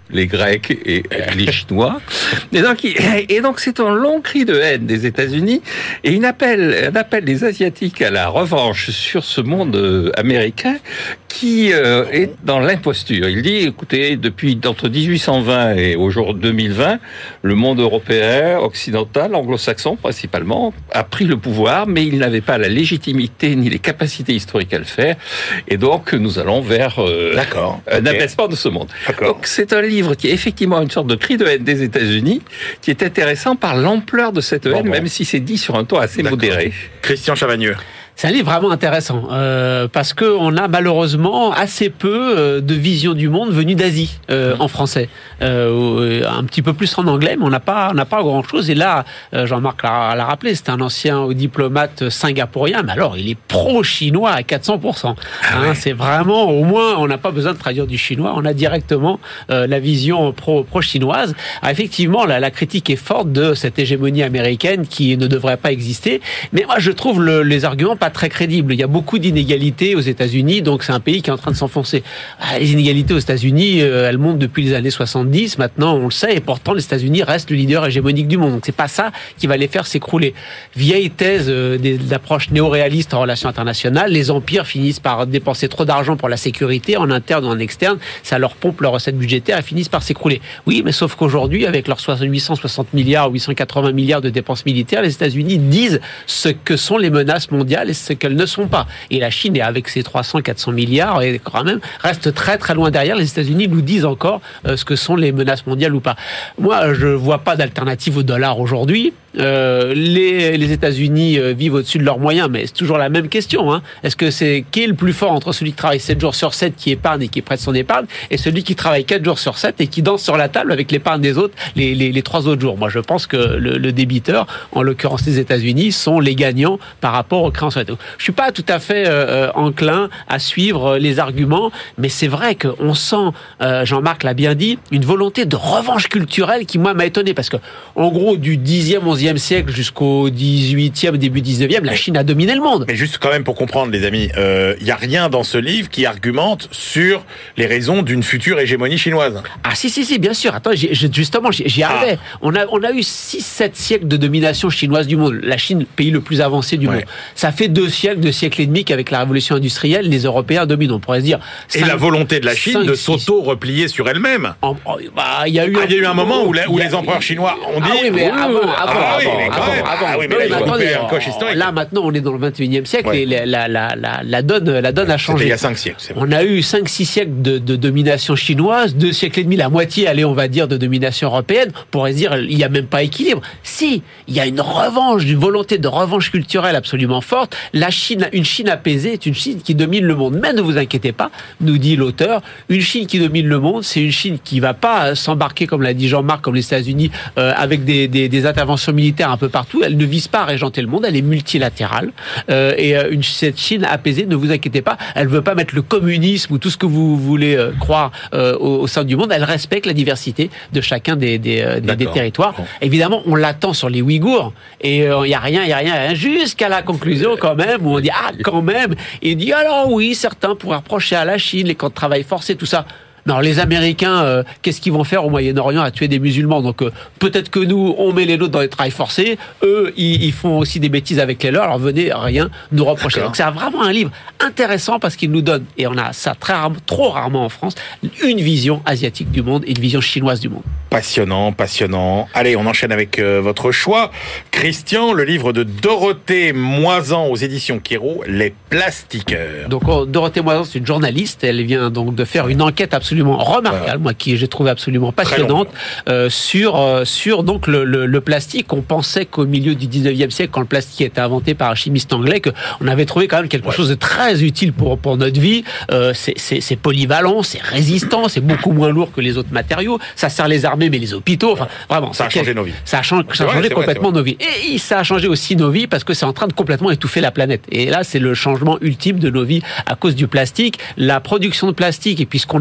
les Grecs et les Chinois. Et donc, et donc c'est un long cri de haine des États-Unis et une appel, un appel des Asiatiques à la revanche sur ce monde américain qui euh, est dans l'imposture. Il dit, écoutez, depuis entre dix-huit cent vingt et au jour deux mille vingt, le monde européen, occidental, anglo-saxon principalement, a pris le pouvoir, mais il n'avait pas la légitimité ni les capacités historiques à le faire. Et donc, nous allons vers euh, D'accord, un okay. abaissement de ce monde. D'accord. Donc, c'est un livre qui est effectivement une sorte de cri de haine des États-Unis, qui est intéressant par l'ampleur de cette haine, bon, bon. même si c'est dit sur un ton assez D'accord. modéré. Christian Chavagneux. C'est un livre vraiment intéressant euh, parce que on a malheureusement assez peu euh, de vision du monde venue d'Asie euh, en français, euh, un petit peu plus en anglais, mais on n'a pas on n'a pas grand chose. Et là, euh, Jean-Marc l'a, l'a rappelé, c'est un ancien diplomate singapourien, mais alors il est pro-chinois à quatre cents pour cent. Ah ouais. hein, c'est vraiment, au moins, on n'a pas besoin de traduire du chinois, on a directement euh, la vision pro pro-chinoise. Alors, effectivement, la, la critique est forte de cette hégémonie américaine qui ne devrait pas exister. Mais moi, je trouve le, les arguments pas très crédible. Il y a beaucoup d'inégalités aux États-Unis, donc c'est un pays qui est en train de s'enfoncer. Ah, les inégalités aux États-Unis, euh, elles montent depuis les années soixante-dix. Maintenant, on le sait, et pourtant les États-Unis restent le leader hégémonique du monde. Donc c'est pas ça qui va les faire s'écrouler. Vieille thèse euh, des, d'approche néo-réaliste en relations internationales. Les empires finissent par dépenser trop d'argent pour la sécurité, en interne ou en externe. Ça leur pompe leurs recettes budgétaires et finissent par s'écrouler. Oui, mais sauf qu'aujourd'hui, avec leurs huit cent soixante milliards ou huit cent quatre-vingts milliards de dépenses militaires, les États-Unis disent ce que sont les menaces mondiales ce qu'elles ne sont pas. Et la Chine, avec ses trois cents à quatre cents milliards, et quand même, reste très très loin derrière. Les États-Unis nous disent encore euh, ce que sont les menaces mondiales ou pas. Moi, je vois pas d'alternative au dollar aujourd'hui. Euh, les, les États-Unis euh, vivent au-dessus de leurs moyens, mais c'est toujours la même question. Hein. Est-ce que c'est qui est le plus fort entre celui qui travaille sept jours sur sept, qui épargne et qui prête son épargne, et celui qui travaille quatre jours sur sept et qui danse sur la table avec l'épargne des autres les, les, les trois autres jours? Moi, je pense que le, le débiteur, en l'occurrence les États-Unis, sont les gagnants par rapport aux créances. Je suis pas tout à fait euh, enclin à suivre les arguments, mais c'est vrai qu'on sent, euh, Jean-Marc l'a bien dit, une volonté de revanche culturelle qui, moi, m'a étonné, parce que, en gros, du dixième, onzième siècle jusqu'au dix-huitième, début dix-neuvième, la Chine a dominé le monde. Mais juste quand même pour comprendre, les amis, il euh, y a rien dans ce livre qui argumente sur les raisons d'une future hégémonie chinoise. Ah si, si, si, bien sûr. Attends, j'ai, justement, j'y, j'y arrivais. Ah. On a, on a eu six sept siècles de domination chinoise du monde. La Chine, pays le plus avancé du ouais. monde. Ça fait deux siècles, deux siècles et demi qu'avec la révolution industrielle, les Européens dominent. On pourrait se dire... Et cinq, la volonté de la Chine cinq, de s'auto-replier sur elle-même. En, bah, il y a eu, ah, un, y a eu un moment où, la, où les empereurs chinois ont dit... Ah oui, mais avant, avant, ah, oui, mais avant, avant, ah oui, mais là, mais attendez, un coche historique. Là, maintenant, on est dans le vingt et unième siècle ouais. et la, la, la, la, la donne, la donne a changé. C'était il y a cinq siècles, c'est vrai. On a eu cinq six siècles de, de domination chinoise, deux siècles et demi, la moitié, allez, on va dire, de domination européenne. On pourrait se dire, il n'y a même pas équilibre. Si, il y a une revanche, une volonté de revanche culturelle absolument forte. La Chine, une Chine apaisée est une Chine qui domine le monde. Mais ne vous inquiétez pas, nous dit l'auteur, une Chine qui domine le monde, c'est une Chine qui va pas s'embarquer, comme l'a dit Jean-Marc, comme les États-Unis, euh, avec des, des, des interventions militaires un peu partout. Elle ne vise pas à régenter le monde, elle est multilatérale. Euh, et euh, une, cette Chine apaisée, ne vous inquiétez pas, elle veut pas mettre le communisme ou tout ce que vous voulez euh, croire euh, au, au sein du monde. Elle respecte la diversité de chacun des, des, euh, des, des territoires. Bon. Évidemment, on l'attend sur les Ouïghours. Et il euh, y a rien, il y a rien, rien, jusqu'à la conclusion quand même, où on dit ah quand même. Et il dit alors oui, certains pourraient reprocher à la Chine les camps de travail forcés, tout ça. Non, les Américains, euh, qu'est-ce qu'ils vont faire au Moyen-Orient à tuer des musulmans? Donc euh, peut-être que nous, on met les nôtres dans les travails forcés. Eux, ils, ils font aussi des bêtises avec les leurs. Alors venez rien nous reprocher. D'accord. Donc c'est vraiment un livre intéressant parce qu'il nous donne, et on a ça très rarement, trop rarement en France, une vision asiatique du monde et une vision chinoise du monde. Passionnant, passionnant. Allez, on enchaîne avec euh, votre choix. Christian, le livre de Dorothée Moisan aux éditions Kero, Les Plastiqueurs. Donc oh, Dorothée Moisan, c'est une journaliste. Elle vient donc de faire une enquête absolument remarquable, moi qui j'ai trouvé absolument passionnante, euh, sur euh, sur donc le, le, le plastique. On pensait qu'au milieu du dix-neuvième siècle, quand le plastique a été inventé par un chimiste anglais, que on avait trouvé quand même quelque ouais. chose de très utile pour pour notre vie. Euh, c'est, c'est c'est polyvalent, c'est résistant, c'est beaucoup moins lourd que les autres matériaux. Ça sert les armées, mais les hôpitaux. Enfin, vraiment, ça a changé quel... nos vies. Ça a, changé, ça a changé vrai, complètement vrai, nos vies. Et ça a changé aussi nos vies parce que c'est en train de complètement étouffer la planète. Et là, c'est le changement ultime de nos vies à cause du plastique. La production de plastique et puis ce qu'on essaye d'en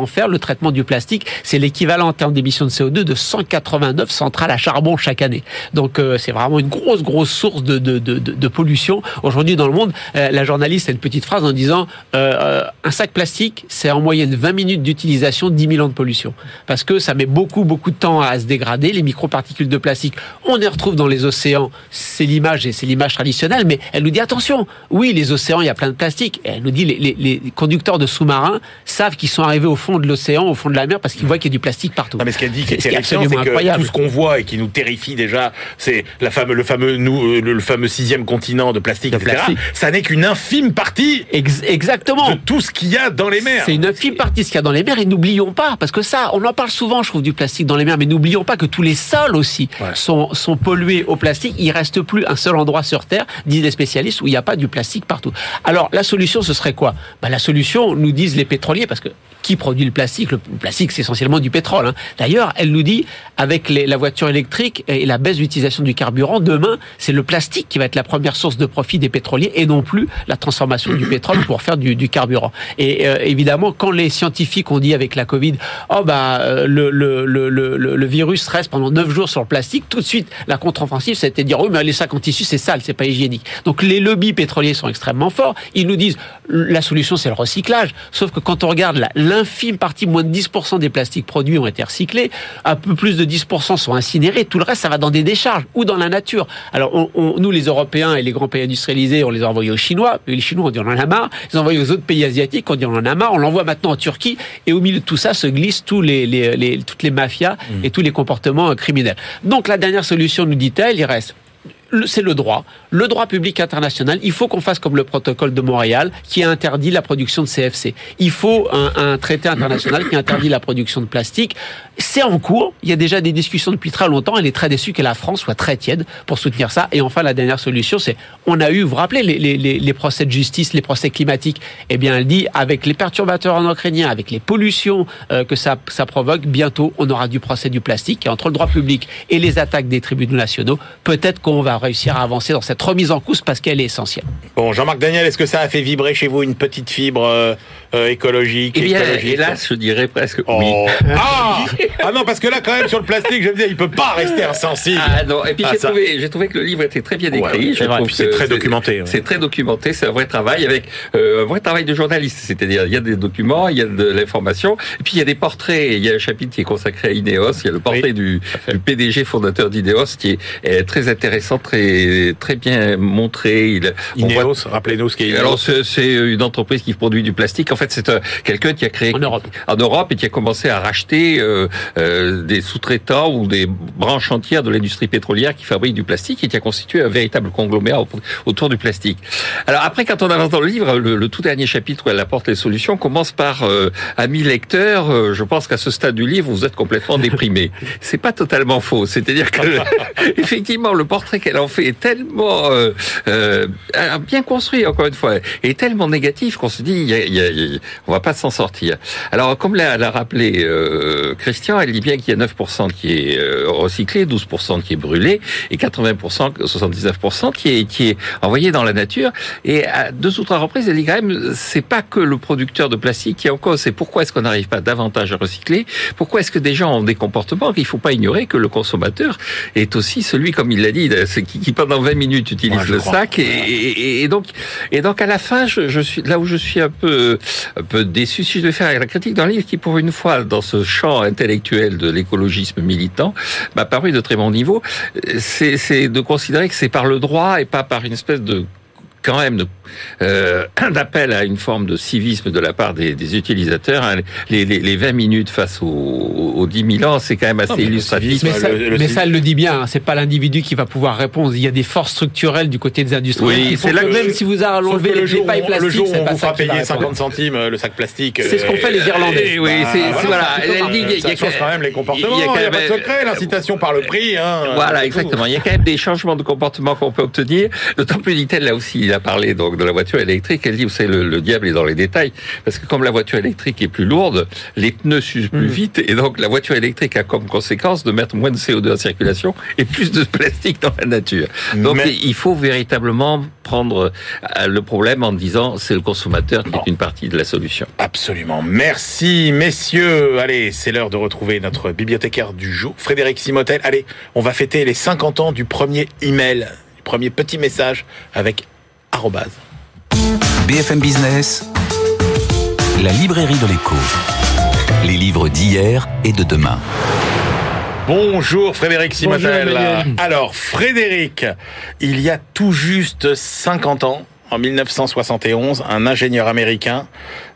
en faire. Le traitement du plastique, c'est l'équivalent en termes d'émissions de C O deux de cent quatre-vingt-neuf centrales à charbon chaque année. Donc euh, c'est vraiment une grosse, grosse source de, de, de, de pollution. Aujourd'hui dans le monde, euh, la journaliste a une petite phrase en disant euh, un sac plastique, c'est en moyenne vingt minutes d'utilisation, dix mille ans de pollution. Parce que ça met beaucoup, beaucoup de temps à se dégrader. Les microparticules de plastique, on les retrouve dans les océans. C'est l'image, et c'est l'image traditionnelle, mais elle nous dit attention, oui, les océans, il y a plein de plastique. Et elle nous dit les, les, les conducteurs de sous-marins savent qu'ils sont arrivés au fond de l'océan, au fond de la mer, parce qu'ils voient qu'il y a du plastique partout. Non, mais ce qu'elle dit qui est C'est terrifiant, c'est que incroyable. tout ce qu'on voit et qui nous terrifie déjà, c'est la fameux, le fameux, nous, le, le fameux sixième continent de plastique, De et cetera. plastique. Ça n'est qu'une infime partie Ex- exactement. de tout ce qu'il y a dans les mers. C'est une infime partie de ce qu'il y a dans les mers et n'oublions pas, parce que ça, on en parle souvent, je trouve, du plastique dans les mers, mais n'oublions pas que tous les sols aussi Ouais. sont, sont pollués au plastique. Il reste plus un seul endroit sur Terre, disent les spécialistes, où il n'y a pas du plastique partout. Alors, la solution, ce serait quoi? Bah, la solution, nous disent les pétroliers, parce que qui produit le plastique? Le plastique, c'est essentiellement du pétrole. Hein. D'ailleurs, elle nous dit, avec les, la voiture électrique et la baisse d'utilisation du carburant, demain, c'est le plastique qui va être la première source de profit des pétroliers et non plus la transformation du pétrole pour faire du, du carburant. Et euh, évidemment, quand les scientifiques ont dit avec la Covid, oh bah euh, le, le, le, le, le virus reste pendant neuf jours sur le plastique, tout de suite, la contre-offensive, c'était de dire, oui, mais les sacs en tissu, c'est sale, c'est pas hygiénique. Donc les lobbies pétroliers sont extrêmement forts. Ils nous disent, la solution, c'est le recyclage. Sauf que quand on regarde la, l'infime partie, moins de dix pour cent des plastiques produits ont été recyclés, un peu plus de dix pour cent sont incinérés, tout le reste, ça va dans des décharges ou dans la nature. Alors, on, on, nous, les Européens et les grands pays industrialisés, on les a envoyés aux Chinois, et les Chinois ont dit on en a marre, ils ont envoyé aux autres pays asiatiques, on dit on en a marre, on l'envoie maintenant en Turquie, et au milieu de tout ça se glissent tous les, les, les, toutes les mafias mmh. et tous les comportements criminels. Donc, la dernière solution, nous dit-elle, il reste... c'est le droit, le droit public international. Il faut qu'on fasse comme le protocole de Montréal qui a interdit la production de C F C. Il faut un, un traité international qui interdit la production de plastique. C'est en cours. Il y a déjà des discussions depuis très longtemps. Elle est très déçue que la France soit très tiède pour soutenir ça. Et enfin, la dernière solution, c'est, on a eu, vous vous rappelez, les, les, les, les procès de justice, les procès climatiques. Eh bien, elle dit, avec les perturbateurs endocriniens, avec les pollutions euh, que ça, ça provoque, bientôt, on aura du procès du plastique. Et entre le droit public et les attaques des tribunaux nationaux, peut-être qu'on va réussir à avancer dans cette remise en cause parce qu'elle est essentielle. Bon, Jean-Marc Daniel, est-ce que ça a fait vibrer chez vous une petite fibre euh, euh, écologique, Eh bien, écologique hélas, je dirais presque oh. oui. Ah, ah non, parce que là, quand même, sur le plastique, je me disais, il peut pas rester insensible. Ah non, et puis ah, j'ai, ça... trouvé, j'ai trouvé que le livre était très bien écrit. Ouais, je trouve c'est très documenté. Ouais. C'est très documenté, c'est un vrai travail avec euh, un vrai travail de journaliste. C'est-à-dire, il y a des documents, il y a de l'information, et puis il y a des portraits. Il y a un chapitre qui est consacré à Ineos. Il y a le portrait oui, du, du P D G fondateur d'Ineos qui est, est très intéressant, très très bien montré. Il, Ineos, voit... rappelez-nous ce qu'est Ineos. Alors c'est, c'est une entreprise qui produit du plastique. En fait, c'est un, quelqu'un qui a créé en Europe, en Europe et qui a commencé à racheter euh, euh, des sous-traitants ou des branches entières de l'industrie pétrolière qui fabriquent du plastique et qui a constitué un véritable conglomérat autour du plastique. Alors après, quand on avance dans le livre, le, le tout dernier chapitre où elle apporte les solutions commence par euh, amis lecteurs, euh, je pense qu'à ce stade du livre, vous êtes complètement déprimés. C'est pas totalement faux. C'est-à-dire que effectivement, le portrait qu'elle en fait est tellement euh, euh, bien construit, encore une fois, et tellement négatif qu'on se dit, il y a, il y a, il y a, on va pas s'en sortir. Alors, comme l'a, l'a rappelé euh, Christian, elle dit bien qu'il y a neuf pour cent qui est euh, recyclé, douze pour cent qui est brûlé, et quatre-vingts pour cent, soixante-dix-neuf pour cent qui est, qui est envoyé dans la nature. Et à deux ou trois reprises, elle dit quand même, c'est pas que le producteur de plastique qui est en cause, c'est pourquoi est-ce qu'on n'arrive pas davantage à recycler, pourquoi est-ce que des gens ont des comportements qu'il faut pas ignorer, que le consommateur est aussi celui, comme il l'a dit, qui, qui pendant vingt minutes utilise ouais, le crois. sac, et, et, et donc, et donc à la fin, je, je suis là où je suis un peu, un peu déçu, si je devais faire la critique d'un livre qui, pour une fois, dans ce champ intellectuel de l'écologisme militant, m'a paru de très bon niveau, c'est, c'est de considérer que c'est par le droit et pas par une espèce de quand même de, euh, d'appel à une forme de civisme de la part des, des utilisateurs. Hein. Les, les, les vingt minutes face aux, aux dix mille ans, c'est quand même assez non, illustratif. Mais, ça, le, le mais ça, elle le dit bien, hein, c'est pas l'individu qui va pouvoir répondre. Il y a des forces structurelles du côté des industries. Oui, c'est là que même je... si vous enlevez les, les pailles plastiques, le jour où c'est on pas vous fera payer ça cinquante centimes le sac plastique. C'est ce qu'ont fait les Irlandais. Oui, c'est, bah, c'est voilà. Elle dit qu'il y a quand même les comportements. Il n'y a pas de secret, l'incitation par le prix. Voilà, exactement. Il y a quand même des changements de comportement qu'on peut obtenir. D'autant plus, dit-elle, là aussi, il a parlé donc de la voiture électrique. Elle dit, vous savez, le, le diable est dans les détails. Parce que comme la voiture électrique est plus lourde, les pneus s'usent plus mmh. vite. Et donc, la voiture électrique a comme conséquence de mettre moins de C O deux en circulation et plus de plastique dans la nature. Donc, Mais... il faut véritablement prendre le problème en disant, c'est le consommateur qui bon. est une partie de la solution. Absolument. Merci, messieurs. Allez, c'est l'heure de retrouver notre bibliothécaire du jour, Frédéric Simotel. Allez, on va fêter les cinquante ans du premier email, du premier petit message avec arrobase. B F M Business, la librairie de l'écho. Les livres d'hier et de demain. Bonjour Frédéric Simotel. Bonjour, alors Frédéric, il y a tout juste cinquante ans, en dix-neuf cent soixante et onze, un ingénieur américain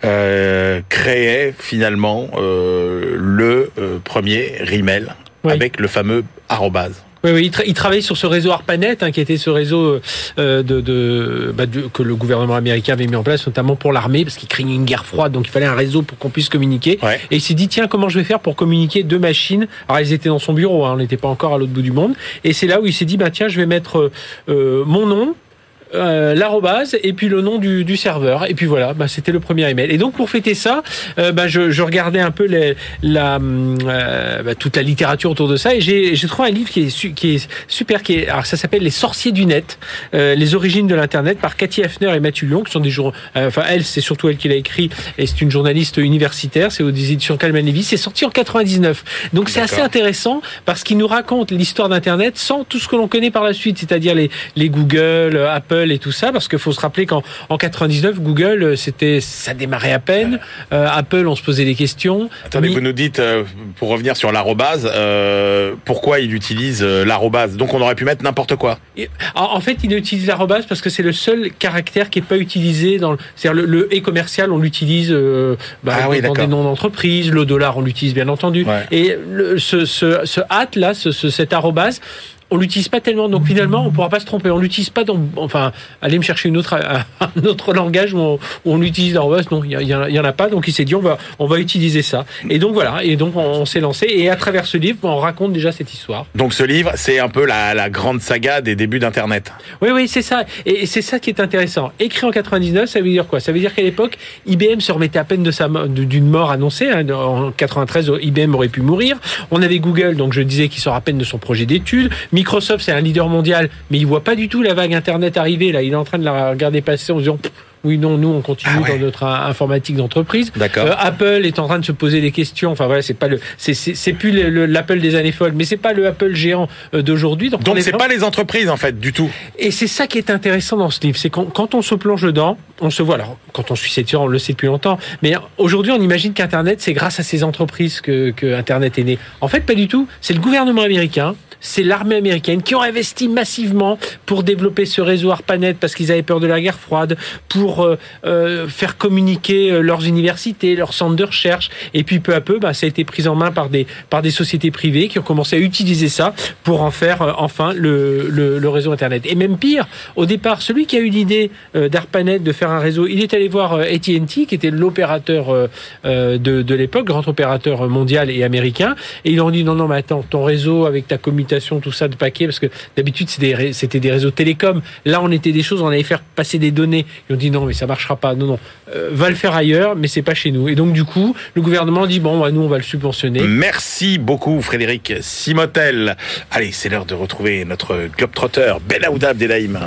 euh, créait finalement euh, le euh, premier email oui. avec le fameux arrobase. Oui, oui, il, tra- il travaillait sur ce réseau ARPANET, hein, qui était ce réseau euh, de, de, bah, de que le gouvernement américain avait mis en place, notamment pour l'armée, parce qu'il craignait une guerre froide, donc il fallait un réseau pour qu'on puisse communiquer. Ouais. Et il s'est dit, tiens, comment je vais faire pour communiquer deux machines ? Alors, ils étaient dans son bureau, hein, on n'était pas encore à l'autre bout du monde. Et c'est là où il s'est dit, bah, tiens, je vais mettre euh, mon nom, Euh, l'arrobase et puis le nom du, du serveur et puis voilà, bah, c'était le premier email. Et donc pour fêter ça, euh, bah, je, je regardais un peu les, la, euh, bah, toute la littérature autour de ça et j'ai, j'ai trouvé un livre qui est, su, qui est super, qui est, alors ça s'appelle Les sorciers du net, euh, les origines de l'internet par Cathy Hafner et Mathieu Lyon, qui sont des jour, euh, enfin elle c'est surtout elle qui l'a écrit et c'est une journaliste universitaire, c'est aux éditions Calman Levy, c'est sorti en quatre-vingt-dix-neuf. Donc c'est D'accord. assez intéressant parce qu'il nous raconte l'histoire d'internet sans tout ce que l'on connaît par la suite, c'est-à-dire les, les Google, Apple et tout ça, parce qu'il faut se rappeler qu'en en quatre-vingt-dix-neuf, Google, c'était, ça démarrait à peine. Euh, Apple, on se posait des questions. Attendez, Mais... vous nous dites, euh, pour revenir sur l'arrobase, euh, pourquoi il utilise euh, l'arrobase ? Donc on aurait pu mettre n'importe quoi. Et, en fait, il utilise l'arrobase parce que c'est le seul caractère qui n'est pas utilisé dans le... C'est-à-dire le, le e-commercial, on l'utilise euh, bah, ah, dans, oui, dans des noms d'entreprise, le dollar, on l'utilise bien entendu. Ouais. Et le, ce, ce, ce hâte là, ce, ce, cette arrobase, on l'utilise pas tellement, donc finalement on pourra pas se tromper. On l'utilise pas dans, enfin, allez me chercher une autre, un autre langage où on, où on l'utilise l'arrobase. Non, il y, y, y en a pas. Donc il s'est dit on va, on va utiliser ça. Et donc voilà. Et donc on, on s'est lancé. Et à travers ce livre, on raconte déjà cette histoire. Donc ce livre, c'est un peu la, la grande saga des débuts d'Internet. Oui, oui, c'est ça. Et c'est ça qui est intéressant. Écrit en quatre-vingt-dix-neuf, ça veut dire quoi ? Ça veut dire qu'à l'époque, I B M se remettait à peine de sa, d'une mort annoncée. Hein. En quatre-vingt-treize, I B M aurait pu mourir. On avait Google, donc je disais qu'il sort à peine de son projet d'études. Microsoft, c'est un leader mondial, mais il voit pas du tout la vague Internet arriver. Là, il est en train de la regarder passer en disant oui, non, nous on continue ah ouais. dans notre informatique d'entreprise. D'accord. Euh, Apple est en train de se poser des questions. Enfin voilà, c'est pas le, c'est c'est, c'est plus le, le, l'Apple des années folles, mais c'est pas le Apple géant d'aujourd'hui. Donc, Donc c'est vraiment... pas les entreprises en fait du tout. Et c'est ça qui est intéressant dans ce livre, c'est quand, quand on se plonge dedans, on se voit. Alors quand on suit cette histoire, on le sait depuis longtemps, mais aujourd'hui on imagine qu'Internet c'est grâce à ces entreprises que, que Internet est né. En fait, pas du tout. C'est le gouvernement américain. C'est l'armée américaine qui ont investi massivement pour développer ce réseau ARPANET parce qu'ils avaient peur de la guerre froide, pour euh, euh, faire communiquer leurs universités, leurs centres de recherche. Et puis peu à peu, bah, ça a été pris en main par des par des sociétés privées qui ont commencé à utiliser ça pour en faire euh, enfin le, le le réseau Internet. Et même pire, au départ, celui qui a eu l'idée euh, d'ARPANET de faire un réseau, il est allé voir euh, A T and T qui était l'opérateur euh, euh, de de l'époque, grand opérateur mondial et américain, et ils leur ont dit non non mais attends, ton réseau avec ta commutation, tout ça de paquets, parce que d'habitude c'était des, c'était des réseaux télécoms. Là, on était des choses, on allait faire passer des données. Ils ont dit non, mais ça marchera pas. Non, non, euh, va le faire ailleurs, mais c'est pas chez nous. Et donc du coup, le gouvernement dit bon, bah, nous on va le subventionner. Merci beaucoup, Frédéric Simotel. Allez, c'est l'heure de retrouver notre globetrotter Ben Aouda Abdelhaim.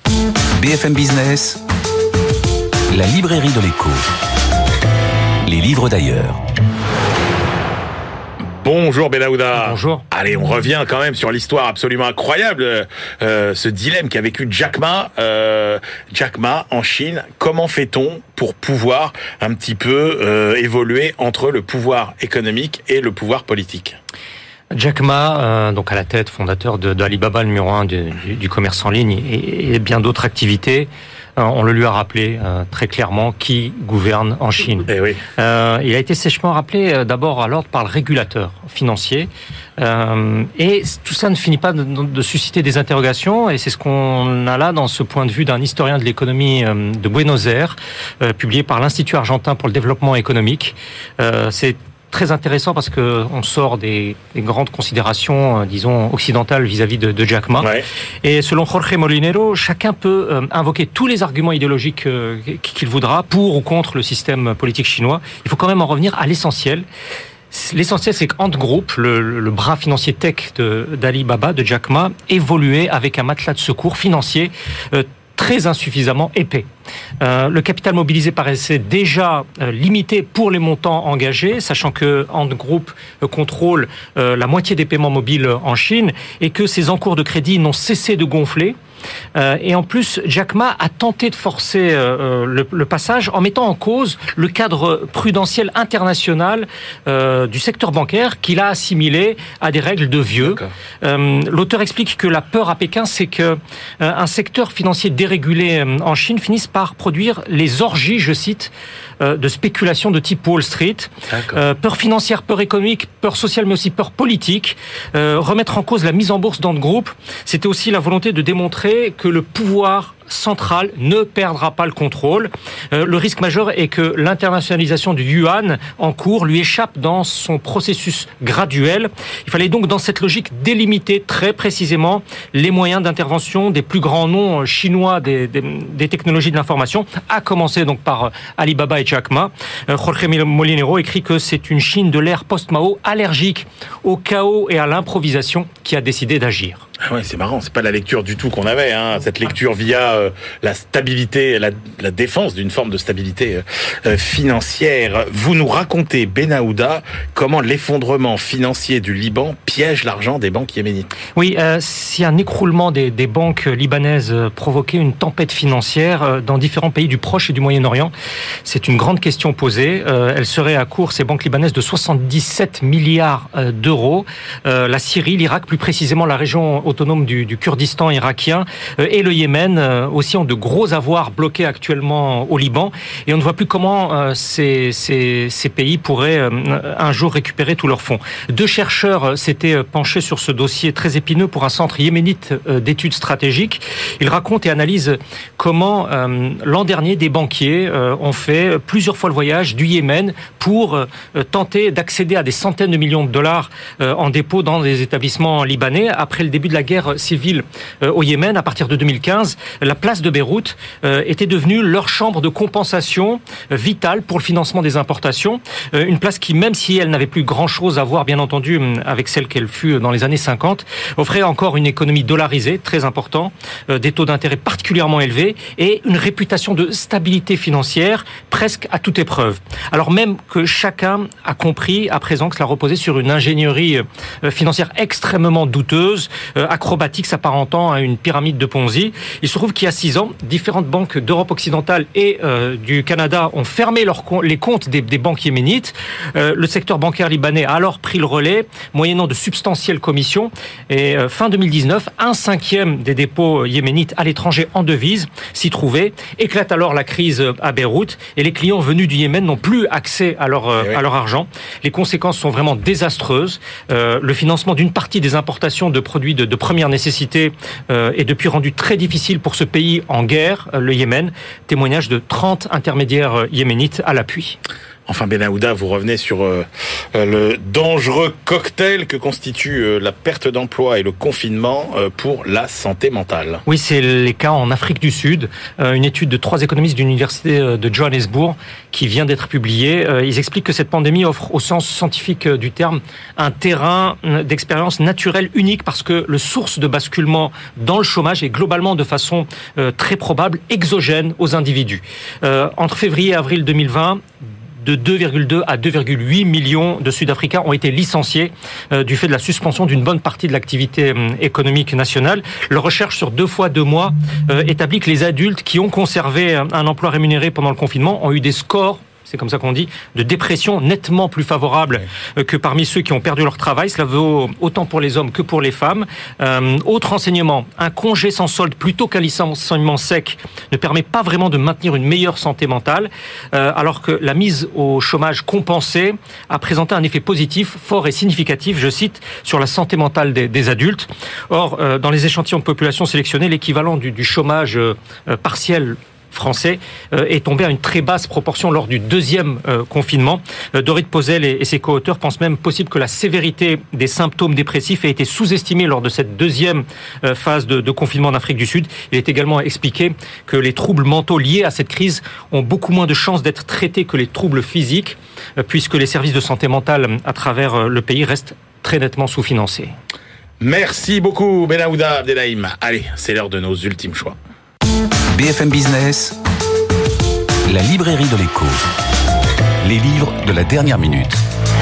B F M Business, la librairie de l'écho. Les livres d'ailleurs. Bonjour Ben Aouda. Bonjour. Allez, on revient quand même sur l'histoire absolument incroyable, euh, ce dilemme qu'a vécu Jack Ma. Euh, Jack Ma en Chine. Comment fait-on pour pouvoir un petit peu euh, évoluer entre le pouvoir économique et le pouvoir politique ? Jack Ma, euh, donc à la tête, fondateur de, de Alibaba, le numéro un du, du, du commerce en ligne, et, et bien d'autres activités. Euh, on le lui a rappelé euh, très clairement qui gouverne en Chine. Eh oui. Euh, il a été sèchement rappelé euh, d'abord à l'ordre par le régulateur financier. Euh, et tout ça ne finit pas de, de susciter des interrogations, et c'est ce qu'on a là dans ce point de vue d'un historien de l'économie euh, de Buenos Aires, euh, publié par l'Institut argentin pour le développement économique. Euh, c'est très intéressant parce que on sort des, des grandes considérations, euh, disons, occidentales vis-à-vis de, de Jack Ma. Ouais. Et selon Jorge Molinero, chacun peut euh, invoquer tous les arguments idéologiques euh, qu'il voudra pour ou contre le système politique chinois. Il faut quand même en revenir à l'essentiel. L'essentiel, c'est qu'Ant Group, le, le bras financier tech de, d'Alibaba, de Jack Ma, évoluait avec un matelas de secours financier euh, très insuffisamment épais. Euh, le capital mobilisé paraissait déjà euh, limité pour les montants engagés, sachant que Ant Group euh, contrôle euh, la moitié des paiements mobiles en Chine et que ses encours de crédit n'ont cessé de gonfler. Euh, et en plus, Jack Ma a tenté de forcer euh, le, le passage en mettant en cause le cadre prudentiel international euh, du secteur bancaire qu'il a assimilé à des règles de vieux. Euh, l'auteur explique que la peur à Pékin, c'est que euh, un secteur financier dérégulé euh, en Chine finisse par produire les orgies, je cite, euh, de spéculation de type Wall Street. Euh, peur financière, peur économique, peur sociale, mais aussi peur politique. Euh, remettre en cause la mise en bourse d'Ant Group, c'était aussi la volonté de démontrer que le pouvoir central ne perdra pas le contrôle. Euh, le risque majeur est que l'internationalisation du yuan en cours lui échappe dans son processus graduel. Il fallait donc dans cette logique délimiter très précisément les moyens d'intervention des plus grands noms chinois des, des, des technologies de l'information, à commencer donc par Alibaba et Jack Ma. Euh, Jorge Molinero écrit que c'est une Chine de l'ère post-Mao allergique au chaos et à l'improvisation qui a décidé d'agir. Ah ouais, c'est marrant, c'est pas la lecture du tout qu'on avait, hein, cette lecture via euh, la stabilité, la, la défense d'une forme de stabilité euh, financière. Vous nous racontez, Benahouda, comment l'effondrement financier du Liban piège l'argent des banques yéménites. Oui, euh, si un écroulement des, des banques libanaises provoquait une tempête financière euh, dans différents pays du Proche et du Moyen-Orient, c'est une grande question posée. Euh, elle serait à court, ces banques libanaises, de soixante-dix-sept milliards euh, d'euros. Euh, la Syrie, l'Irak, plus précisément la région autonome du, du Kurdistan irakien euh, et le Yémen euh, aussi ont de gros avoirs bloqués actuellement au Liban et on ne voit plus comment euh, ces, ces, ces pays pourraient euh, un jour récupérer tous leurs fonds. Deux chercheurs euh, s'étaient penchés sur ce dossier très épineux pour un centre yéménite euh, d'études stratégiques. Ils racontent et analysent comment euh, l'an dernier des banquiers euh, ont fait plusieurs fois le voyage du Yémen pour euh, tenter d'accéder à des centaines de millions de dollars euh, en dépôt dans des établissements libanais. Après le début de la guerre civile euh, au Yémen, à partir de deux mille quinze, la place de Beyrouth euh, était devenue leur chambre de compensation euh, vitale pour le financement des importations. Euh, une place qui, même si elle n'avait plus grand-chose à voir, bien entendu, avec celle qu'elle fut dans les années cinquante, offrait encore une économie dollarisée très importante, euh, des taux d'intérêt particulièrement élevés et une réputation de stabilité financière presque à toute épreuve. Alors même que chacun a compris à présent que cela reposait sur une ingénierie euh, financière extrêmement douteuse, euh, acrobatique, s'apparentant à une pyramide de Ponzi. Il se trouve qu'il y a six ans, différentes banques d'Europe occidentale et euh, du Canada ont fermé leurs comptes, les comptes des, des banques yéménites. Euh, le secteur bancaire libanais a alors pris le relais, moyennant de substantielles commissions. Et euh, fin deux mille dix-neuf, un cinquième des dépôts yéménites à l'étranger en devises s'y trouvaient. Éclate alors la crise à Beyrouth et les clients venus du Yémen n'ont plus accès à leur, euh, oui. à leur argent. Les conséquences sont vraiment désastreuses. Euh, le financement d'une partie des importations de produits de, de première nécessité euh, est depuis rendu très difficile pour ce pays en guerre, le Yémen. Témoignage de trente intermédiaires yéménites à l'appui. Enfin, Benahouda, vous revenez sur euh, le dangereux cocktail que constitue euh, la perte d'emploi et le confinement euh, pour la santé mentale. Oui, c'est les cas en Afrique du Sud. Euh, une étude de trois économistes de l'université de Johannesburg qui vient d'être publiée. Euh, ils expliquent que cette pandémie offre, au sens scientifique du terme, un terrain d'expérience naturelle unique parce que le source de basculement dans le chômage est globalement, de façon euh, très probable, exogène aux individus. Euh, entre février et avril deux mille vingt, de deux virgule deux à deux virgule huit millions de Sud-Africains ont été licenciés euh, du fait de la suspension d'une bonne partie de l'activité euh, économique nationale. Leur recherche sur deux fois deux mois euh, établit que les adultes qui ont conservé un emploi rémunéré pendant le confinement ont eu des scores, c'est comme ça qu'on dit, de dépression nettement plus favorables ouais. que parmi ceux qui ont perdu leur travail. Cela vaut autant pour les hommes que pour les femmes. Euh, autre enseignement, un congé sans solde plutôt qu'un licenciement sec ne permet pas vraiment de maintenir une meilleure santé mentale, euh, alors que la mise au chômage compensé a présenté un effet positif, fort et significatif, je cite, sur la santé mentale des, des adultes. Or, euh, dans les échantillons de population sélectionnés, l'équivalent du, du chômage euh, partiel français euh, est tombé à une très basse proportion lors du deuxième euh, confinement. Euh, Dorit Pozzel et, et ses co-auteurs pensent même possible que la sévérité des symptômes dépressifs ait été sous-estimée lors de cette deuxième euh, phase de, de confinement en Afrique du Sud. Il est également expliqué que les troubles mentaux liés à cette crise ont beaucoup moins de chances d'être traités que les troubles physiques, euh, puisque les services de santé mentale à travers euh, le pays restent très nettement sous-financés. Merci beaucoup, Benahouda Abdelhaim. Allez, c'est l'heure de nos ultimes choix. B F M Business, la librairie de l'écho. Les livres de la dernière minute.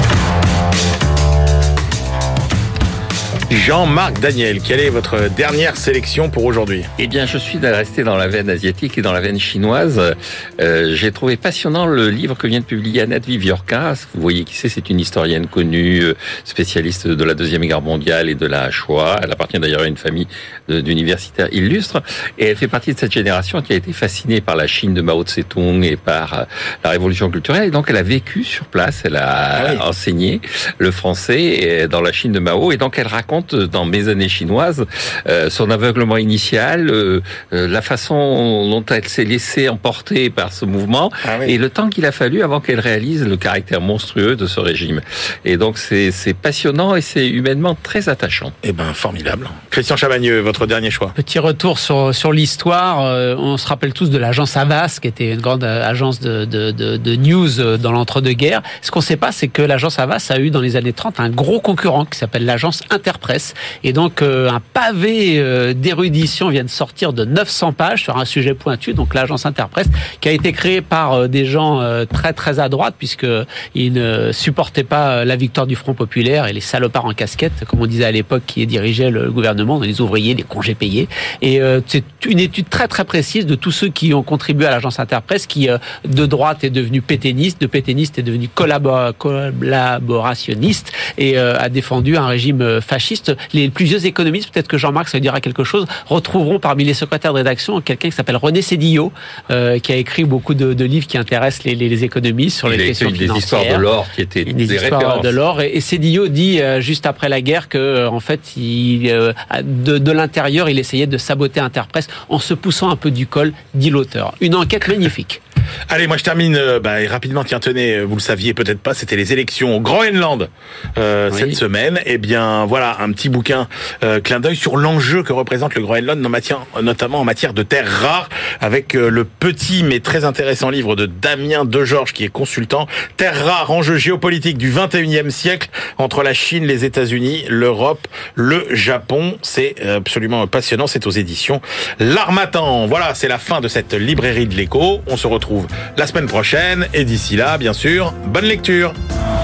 Jean-Marc Daniel, quelle est votre dernière sélection pour aujourd'hui ? Eh bien, je suis resté dans la veine asiatique et dans la veine chinoise. Euh, j'ai trouvé passionnant le livre que vient de publier Annette Viviorca. Vous voyez qui c'est, c'est une historienne connue, spécialiste de la Deuxième Guerre mondiale et de la Shoah. Elle appartient d'ailleurs à une famille d'universitaires illustres. Et elle fait partie de cette génération qui a été fascinée par la Chine de Mao Tse-tung et par la révolution culturelle. Et donc, elle a vécu sur place, elle a ah oui. enseigné le français dans la Chine de Mao. Et donc, elle raconte dans Mes années chinoises, euh, son aveuglement initial, euh, euh, la façon dont elle s'est laissée emporter par ce mouvement, ah oui. et le temps qu'il a fallu avant qu'elle réalise le caractère monstrueux de ce régime. Et donc c'est, c'est passionnant et c'est humainement très attachant. Eh ben formidable. Christian Chavagneux, votre dernier choix. Petit retour sur sur l'histoire. Euh, on se rappelle tous de l'agence Havas, qui était une grande agence de de de, de news dans l'entre-deux-guerres. Ce qu'on ne sait pas, c'est que l'agence Havas a eu dans les années trente un gros concurrent qui s'appelle l'agence Interpresse. Et donc, euh, un pavé euh, d'érudition vient de sortir de neuf cents pages sur un sujet pointu, donc l'agence Interpresse, qui a été créée par euh, des gens euh, très très à droite, puisqu'ils ne supportaient pas la victoire du Front Populaire et les salopards en casquette, comme on disait à l'époque, qui dirigeaient le gouvernement, les ouvriers, les congés payés. Et euh, c'est une étude très très précise de tous ceux qui ont contribué à l'agence Interpresse, qui euh, de droite est devenu pétainiste, de pétainiste est devenu collabor- collaborationniste et euh, a défendu un régime fasciste. Les plus vieux économistes, peut-être que Jean-Marc ça lui dira quelque chose, retrouveront parmi les secrétaires de rédaction quelqu'un qui s'appelle René Cédillo, euh, qui a écrit beaucoup de, de livres qui intéressent les, les, les économistes sur il les questions financières. Des histoires de l'or qui étaient des, des, des histoires références. de l'or. Et, et Cédillo dit euh, juste après la guerre que euh, en fait, il, euh, de, de l'intérieur, il essayait de saboter Interpresse en se poussant un peu du col, dit l'auteur. Une enquête magnifique. Allez, moi je termine euh, bah, rapidement. Tiens, tenez, vous le saviez peut-être pas, c'était les élections au Groenland euh, oui. cette semaine. Eh bien, voilà un petit bouquin euh, clin d'œil sur l'enjeu que représente le Groenland, en matière, notamment en matière de terres rares, avec euh, le petit mais très intéressant livre de Damien Degeorges, qui est consultant. Terres rares, enjeux géopolitiques du vingt et unième siècle entre la Chine, les États-Unis, l'Europe, le Japon. C'est absolument passionnant. C'est aux éditions L'Harmattan. Voilà, c'est la fin de cette librairie de l'écho. On se retrouve la semaine prochaine et d'ici là, bien sûr, bonne lecture.